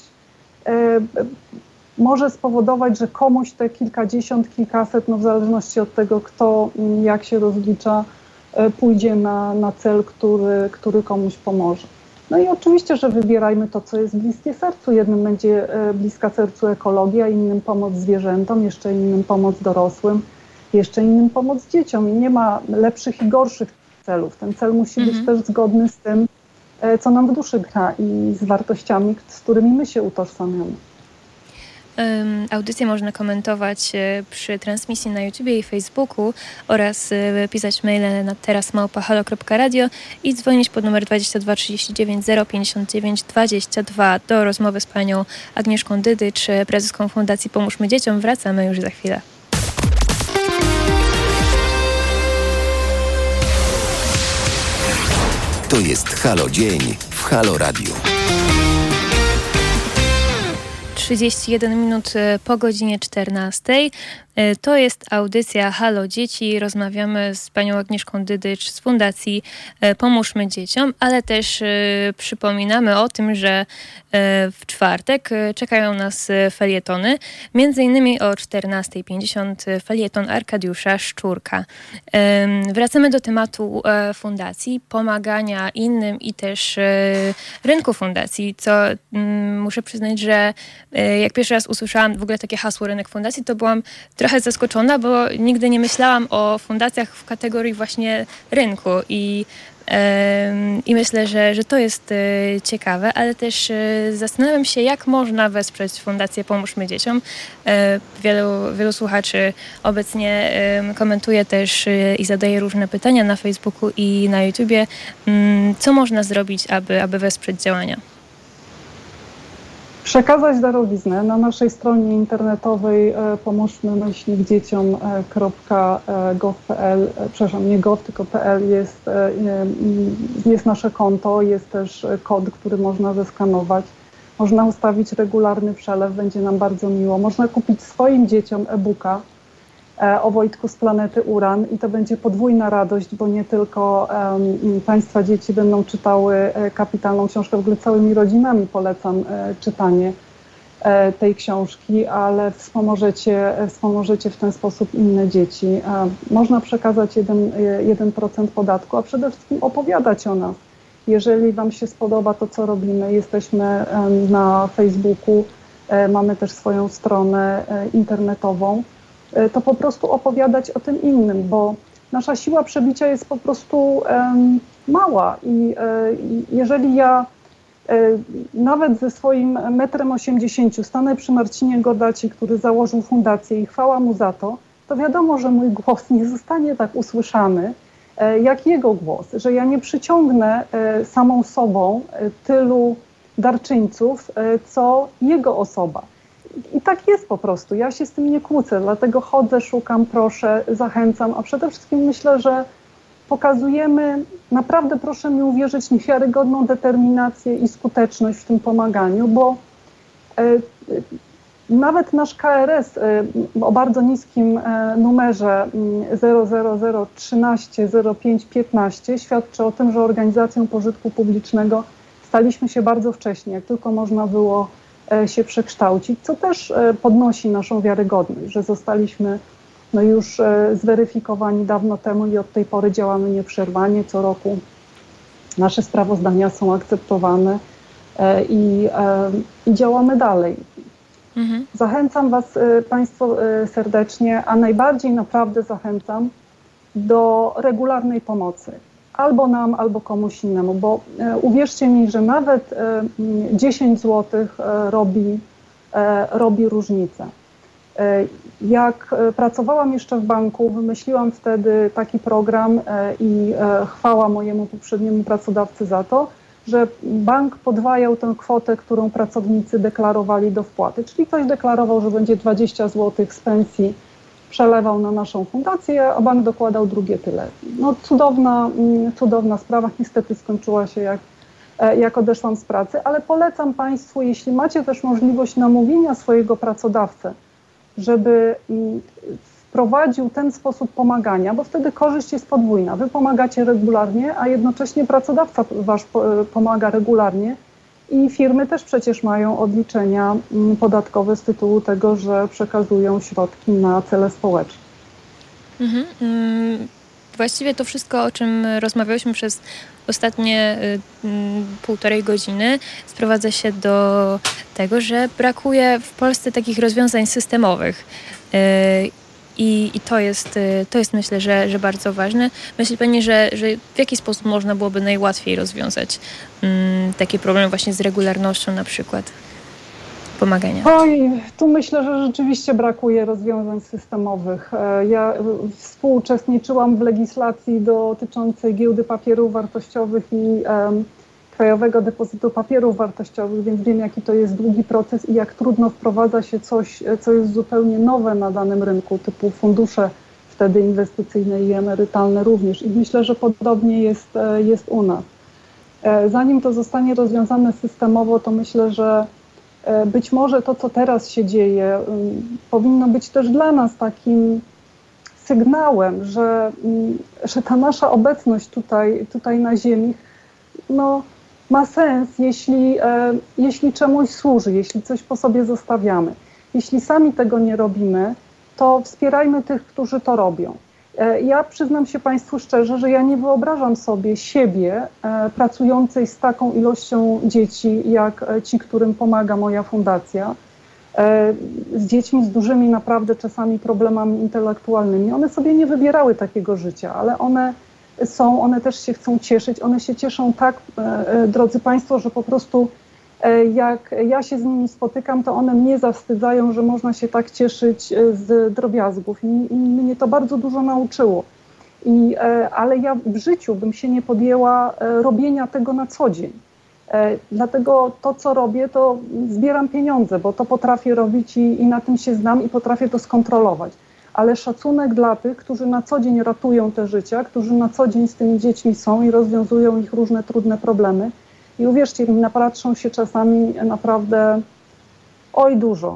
może spowodować, że komuś te kilkadziesiąt, kilkaset, w zależności od tego, kto jak się rozlicza, pójdzie na cel, który komuś pomoże. No i oczywiście, że wybierajmy to, co jest bliskie sercu. Jednym będzie bliska sercu ekologia, innym pomoc zwierzętom, jeszcze innym pomoc dorosłym, jeszcze innym pomoc dzieciom. I nie ma lepszych i gorszych celów. Ten cel musi być też zgodny z tym, co nam w duszy gra i z wartościami, z którymi my się utożsamiamy. Audycję można komentować przy transmisji na YouTubie i Facebooku oraz pisać maile na teraz@halo.radio i dzwonić pod numer 22 39 059 22 do rozmowy z panią Agnieszką Dydycz, prezeską Fundacji Pomóżmy Dzieciom. Wracamy już za chwilę. To jest Halo Dzień w Halo Radio. 31 minut po godzinie 14. To jest audycja Halo Dzieci. Rozmawiamy z panią Agnieszką Dydycz z Fundacji Pomóżmy Dzieciom, ale też przypominamy o tym, że w czwartek czekają nas felietony. Między innymi o 14:50 felieton Arkadiusza Szczurka. Wracamy do tematu fundacji, pomagania innym i też rynku fundacji, co muszę przyznać, że jak pierwszy raz usłyszałam w ogóle takie hasło rynek fundacji, to byłam trochę zaskoczona, bo nigdy nie myślałam o fundacjach w kategorii właśnie rynku i myślę, że to jest ciekawe, ale też zastanawiam się, jak można wesprzeć Fundację Pomóżmy Dzieciom. Wielu słuchaczy obecnie komentuje też i zadaje różne pytania na Facebooku i na YouTubie. Co można zrobić, aby wesprzeć działania? Przekazać darowiznę na naszej stronie internetowej pomóżmy-dzieciom.gov.pl, przepraszam, nie gov, tylko .pl jest nasze konto, jest też kod, który można zeskanować. Można ustawić regularny przelew, będzie nam bardzo miło. Można kupić swoim dzieciom e-booka o Wojtku z planety Uran i to będzie podwójna radość, bo nie tylko Państwa dzieci będą czytały kapitalną książkę, w ogóle całymi rodzinami polecam czytanie tej książki, ale wspomożecie w ten sposób inne dzieci. Można przekazać 1% podatku, a przede wszystkim opowiadać o nas. Jeżeli Wam się spodoba to, co robimy, jesteśmy na Facebooku, mamy też swoją stronę internetową, to po prostu opowiadać o tym innym, bo nasza siła przebicia jest po prostu mała i jeżeli ja nawet ze swoim 1,80 m stanę przy Marcinie Godaci, który założył fundację i chwała mu za to, to wiadomo, że mój głos nie zostanie tak usłyszany jak jego głos, że ja nie przyciągnę samą sobą tylu darczyńców, co jego osoba. I tak jest po prostu. Ja się z tym nie kłócę, dlatego chodzę, szukam, proszę, zachęcam, a przede wszystkim myślę, że pokazujemy naprawdę, proszę mi uwierzyć, niewiarygodną determinację i skuteczność w tym pomaganiu, bo nawet nasz KRS o bardzo niskim numerze 00013 0515 świadczy o tym, że organizacją pożytku publicznego staliśmy się bardzo wcześnie, jak tylko można było się przekształcić, co też podnosi naszą wiarygodność, że zostaliśmy już zweryfikowani dawno temu i od tej pory działamy nieprzerwanie. Co roku nasze sprawozdania są akceptowane i działamy dalej. Zachęcam Was, Państwo, serdecznie, a najbardziej naprawdę zachęcam do regularnej pomocy. Albo nam, albo komuś innemu, bo uwierzcie mi, że nawet 10 zł robi różnicę. Jak pracowałam jeszcze w banku, wymyśliłam wtedy taki program i chwała mojemu poprzedniemu pracodawcy za to, że bank podwajał tę kwotę, którą pracownicy deklarowali do wpłaty. Czyli ktoś deklarował, że będzie 20 zł z pensji przelewał na naszą fundację, a bank dokładał drugie tyle. No cudowna sprawa, niestety skończyła się jak odeszłam z pracy, ale polecam Państwu, jeśli macie też możliwość namówienia swojego pracodawcę, żeby wprowadził ten sposób pomagania, bo wtedy korzyść jest podwójna. Wy pomagacie regularnie, a jednocześnie pracodawca Wasz pomaga regularnie i firmy też przecież mają odliczenia podatkowe z tytułu tego, że przekazują środki na cele społeczne. Właściwie to wszystko, o czym rozmawiałyśmy przez ostatnie 1,5 godziny, sprowadza się do tego, że brakuje w Polsce takich rozwiązań systemowych. I to jest myślę, że bardzo ważne. Myśli Pani, że w jaki sposób można byłoby najłatwiej rozwiązać takie problemy właśnie z regularnością na przykład pomagania? Oj, tu myślę, że rzeczywiście brakuje rozwiązań systemowych. Ja współuczestniczyłam w legislacji dotyczącej giełdy papierów wartościowych i Krajowego Depozytu Papierów Wartościowych, więc wiem, jaki to jest długi proces i jak trudno wprowadza się coś, co jest zupełnie nowe na danym rynku, typu fundusze wtedy inwestycyjne i emerytalne również. I myślę, że podobnie jest u nas. Zanim to zostanie rozwiązane systemowo, to myślę, że być może to, co teraz się dzieje, powinno być też dla nas takim sygnałem, że ta nasza obecność tutaj na ziemi ma sens, jeśli czemuś służy, jeśli coś po sobie zostawiamy. Jeśli sami tego nie robimy, to wspierajmy tych, którzy to robią. Ja przyznam się Państwu szczerze, że ja nie wyobrażam sobie siebie pracującej z taką ilością dzieci, jak ci, którym pomaga moja fundacja, z dziećmi z dużymi naprawdę czasami problemami intelektualnymi. One sobie nie wybierały takiego życia, ale one też się chcą cieszyć. One się cieszą tak, drodzy Państwo, że po prostu jak ja się z nimi spotykam, to one mnie zawstydzają, że można się tak cieszyć z drobiazgów. I mnie to bardzo dużo nauczyło. Ale ja w życiu bym się nie podjęła robienia tego na co dzień. Dlatego to, co robię, to zbieram pieniądze, bo to potrafię robić i na tym się znam i potrafię to skontrolować. Ale szacunek dla tych, którzy na co dzień ratują te życia, którzy na co dzień z tymi dziećmi są i rozwiązują ich różne trudne problemy. I uwierzcie mi, napatrzą się czasami naprawdę dużo.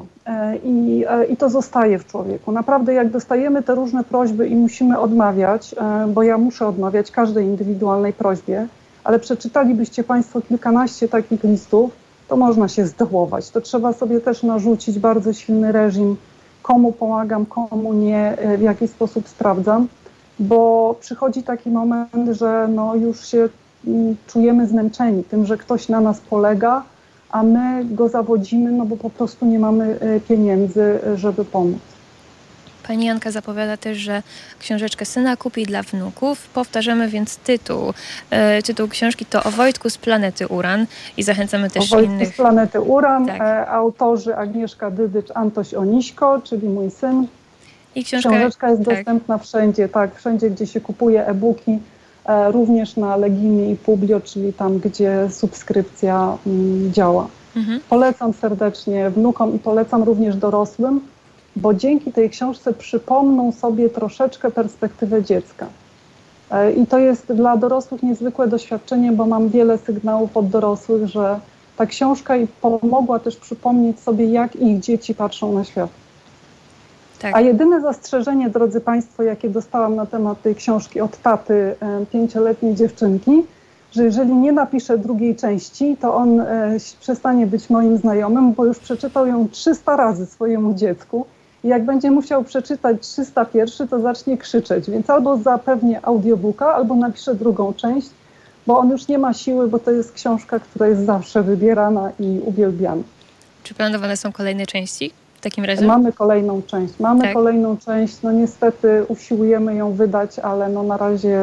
I to zostaje w człowieku. Naprawdę jak dostajemy te różne prośby i musimy odmawiać, bo ja muszę odmawiać każdej indywidualnej prośbie, ale przeczytalibyście Państwo kilkanaście takich listów, to można się zdołować. To trzeba sobie też narzucić bardzo silny reżim, komu pomagam, komu nie, w jaki sposób sprawdzam, bo przychodzi taki moment, że już się czujemy zmęczeni tym, że ktoś na nas polega, a my go zawodzimy, bo po prostu nie mamy pieniędzy, żeby pomóc. Pani Janka zapowiada też, że książeczkę syna kupi dla wnuków. Powtarzamy więc tytuł. Tytuł książki to O Wojtku z planety Uran i zachęcamy też innych. O Wojtku z planety Uran, tak. Autorzy Agnieszka Dydycz, Antoś Oniśko, czyli mój syn. I książeczka jest dostępna wszędzie, wszędzie, gdzie się kupuje e-booki, również na Legimie i Publio, czyli tam, gdzie subskrypcja działa. Polecam serdecznie wnukom i polecam również dorosłym, bo dzięki tej książce przypomną sobie troszeczkę perspektywę dziecka. I to jest dla dorosłych niezwykłe doświadczenie, bo mam wiele sygnałów od dorosłych, że ta książka im pomogła też przypomnieć sobie, jak ich dzieci patrzą na świat. Tak. A jedyne zastrzeżenie, drodzy Państwo, jakie dostałam na temat tej książki od taty 5-letniej dziewczynki, że jeżeli nie napiszę drugiej części, to on przestanie być moim znajomym, bo już przeczytał ją 300 razy swojemu dziecku. I jak będzie musiał przeczytać 301, to zacznie krzyczeć. Więc albo zapewnię audiobooka, albo napiszę drugą część, bo on już nie ma siły, bo to jest książka, która jest zawsze wybierana i uwielbiana. Czy planowane są kolejne części w takim razie? Mamy kolejną część. Kolejną część. No niestety usiłujemy ją wydać, ale no na razie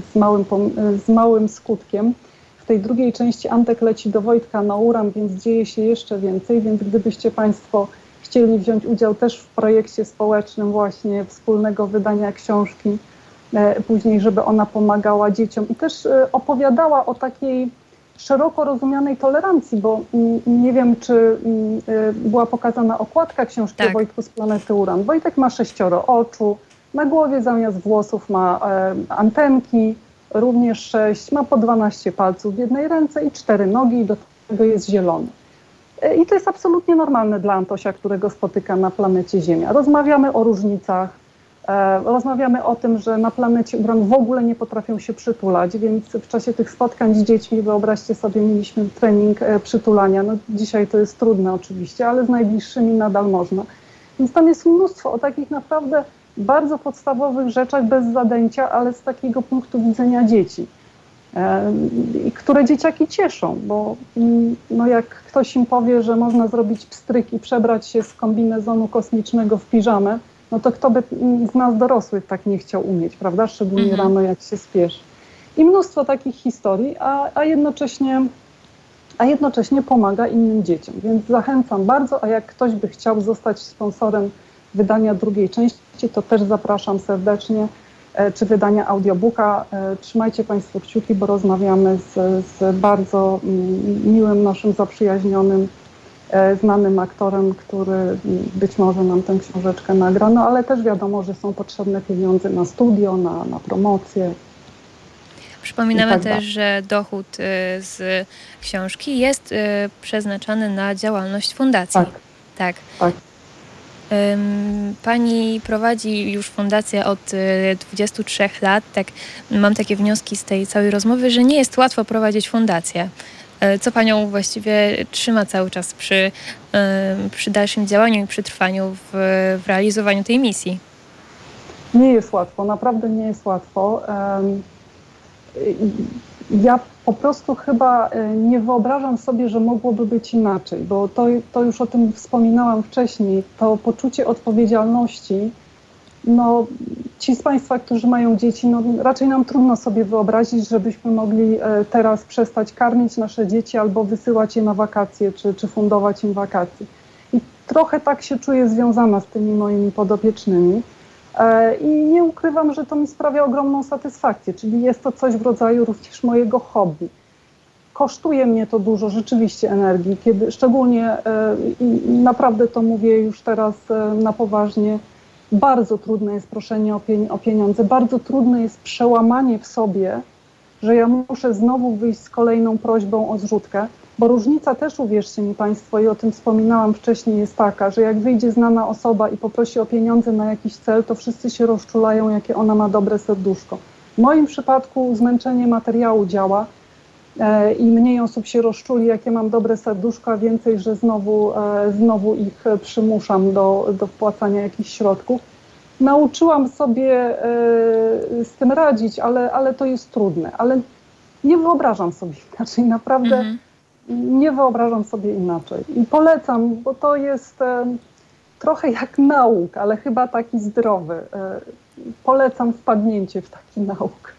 z małym skutkiem. W tej drugiej części Antek leci do Wojtka na uran, więc dzieje się jeszcze więcej. Więc gdybyście Państwo chcieli wziąć udział też w projekcie społecznym właśnie wspólnego wydania książki, później, żeby ona pomagała dzieciom i też opowiadała o takiej szeroko rozumianej tolerancji, bo nie wiem, czy była pokazana okładka książki o Wojtku z planety Uran. Wojtek ma 6 oczu, na głowie zamiast włosów ma antenki, również 6, ma po 12 palców w jednej ręce i 4 nogi i do tego jest zielony. I to jest absolutnie normalne dla Antosia, którego spotyka na planecie Ziemia. Rozmawiamy o różnicach, rozmawiamy o tym, że na planecie Uran w ogóle nie potrafią się przytulać, więc w czasie tych spotkań z dziećmi, wyobraźcie sobie, mieliśmy trening przytulania. No, dzisiaj to jest trudne oczywiście, ale z najbliższymi nadal można. Więc tam jest mnóstwo o takich naprawdę bardzo podstawowych rzeczach bez zadęcia, ale z takiego punktu widzenia dzieci, które dzieciaki cieszą, bo no jak ktoś im powie, że można zrobić pstryk i przebrać się z kombinezonu kosmicznego w piżamę, no to kto by z nas dorosłych tak nie chciał umieć, prawda? Szczególnie rano, jak się spieszy. I mnóstwo takich historii, a jednocześnie pomaga innym dzieciom. Więc zachęcam bardzo, a jak ktoś by chciał zostać sponsorem wydania drugiej części, to też zapraszam serdecznie, czy wydania audiobooka. Trzymajcie Państwo kciuki, bo rozmawiamy z bardzo miłym, naszym zaprzyjaźnionym, znanym aktorem, który być może nam tę książeczkę nagra, no ale też wiadomo, że są potrzebne pieniądze na studio, na promocję. Przypominamy tak też, że dochód z książki jest przeznaczany na działalność fundacji. Tak. Pani prowadzi już fundację od 23 lat. Tak, mam takie wnioski z tej całej rozmowy, że nie jest łatwo prowadzić fundację. Co Panią właściwie trzyma cały czas przy dalszym działaniu i przy trwaniu w realizowaniu tej misji? Nie jest łatwo, naprawdę nie jest łatwo. Ja po prostu chyba nie wyobrażam sobie, że mogłoby być inaczej, bo to już o tym wspominałam wcześniej, to poczucie odpowiedzialności. No, ci z Państwa, którzy mają dzieci, no, raczej nam trudno sobie wyobrazić, żebyśmy mogli teraz przestać karmić nasze dzieci albo wysyłać je na wakacje, czy fundować im wakacje. I trochę tak się czuję związana z tymi moimi podopiecznymi. I nie ukrywam, że to mi sprawia ogromną satysfakcję, czyli jest to coś w rodzaju również mojego hobby. Kosztuje mnie to dużo rzeczywiście energii, kiedy szczególnie, i naprawdę to mówię już teraz na poważnie, bardzo trudne jest proszenie o pieniądze, bardzo trudne jest przełamanie w sobie, że ja muszę znowu wyjść z kolejną prośbą o zrzutkę, bo różnica też, uwierzcie mi Państwo, i o tym wspominałam wcześniej, jest taka, że jak wyjdzie znana osoba i poprosi o pieniądze na jakiś cel, to wszyscy się rozczulają, jakie ona ma dobre serduszko. W moim przypadku zmęczenie materiału działa i mniej osób się rozczuli, jakie mam dobre serduszko, a więcej, że znowu ich przymuszam do wpłacania jakichś środków. Nauczyłam sobie z tym radzić, ale to jest trudne. Ale nie wyobrażam sobie inaczej, naprawdę nie wyobrażam sobie inaczej. I polecam, bo to jest trochę jak nauk, ale chyba taki zdrowy. Polecam wpadnięcie w taki nauk.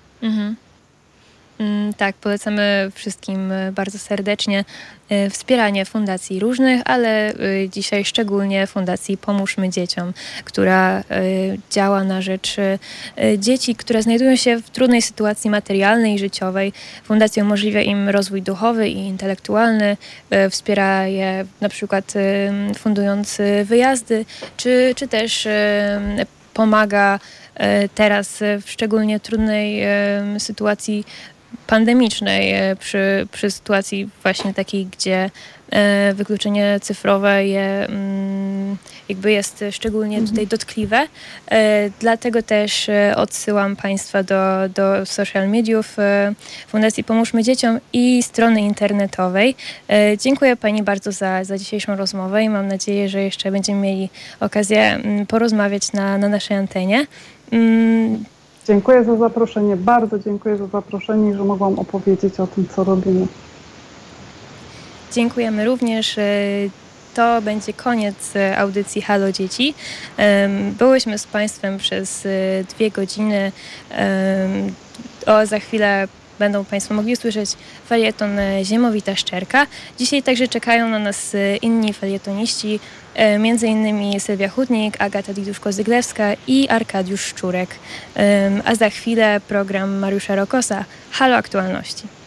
Tak, polecamy wszystkim bardzo serdecznie wspieranie fundacji różnych, ale dzisiaj szczególnie Fundacji Pomóżmy Dzieciom, która działa na rzecz dzieci, które znajdują się w trudnej sytuacji materialnej i życiowej. Fundacja umożliwia im rozwój duchowy i intelektualny, wspiera je na przykład fundując wyjazdy, czy też pomaga teraz w szczególnie trudnej sytuacji pandemicznej, przy sytuacji właśnie takiej, gdzie wykluczenie cyfrowe jakby jest szczególnie tutaj dotkliwe. Dlatego też odsyłam Państwa do social mediów Fundacji Pomóżmy Dzieciom i strony internetowej. Dziękuję Pani bardzo za dzisiejszą rozmowę i mam nadzieję, że jeszcze będziemy mieli okazję porozmawiać na naszej antenie. Dziękuję za zaproszenie, bardzo dziękuję za zaproszenie i że mogłam opowiedzieć o tym, co robimy. Dziękujemy również. To będzie koniec audycji Halo Dzieci. Byłyśmy z Państwem przez 2 godziny. Za chwilę będą Państwo mogli usłyszeć felieton Ziemowita Szczerka. Dzisiaj także czekają na nas inni felietoniści, między innymi Sylwia Chudnik, Agata Diduszko-Zyglewska i Arkadiusz Szczurek. A za chwilę program Mariusza Rokosa Halo Aktualności.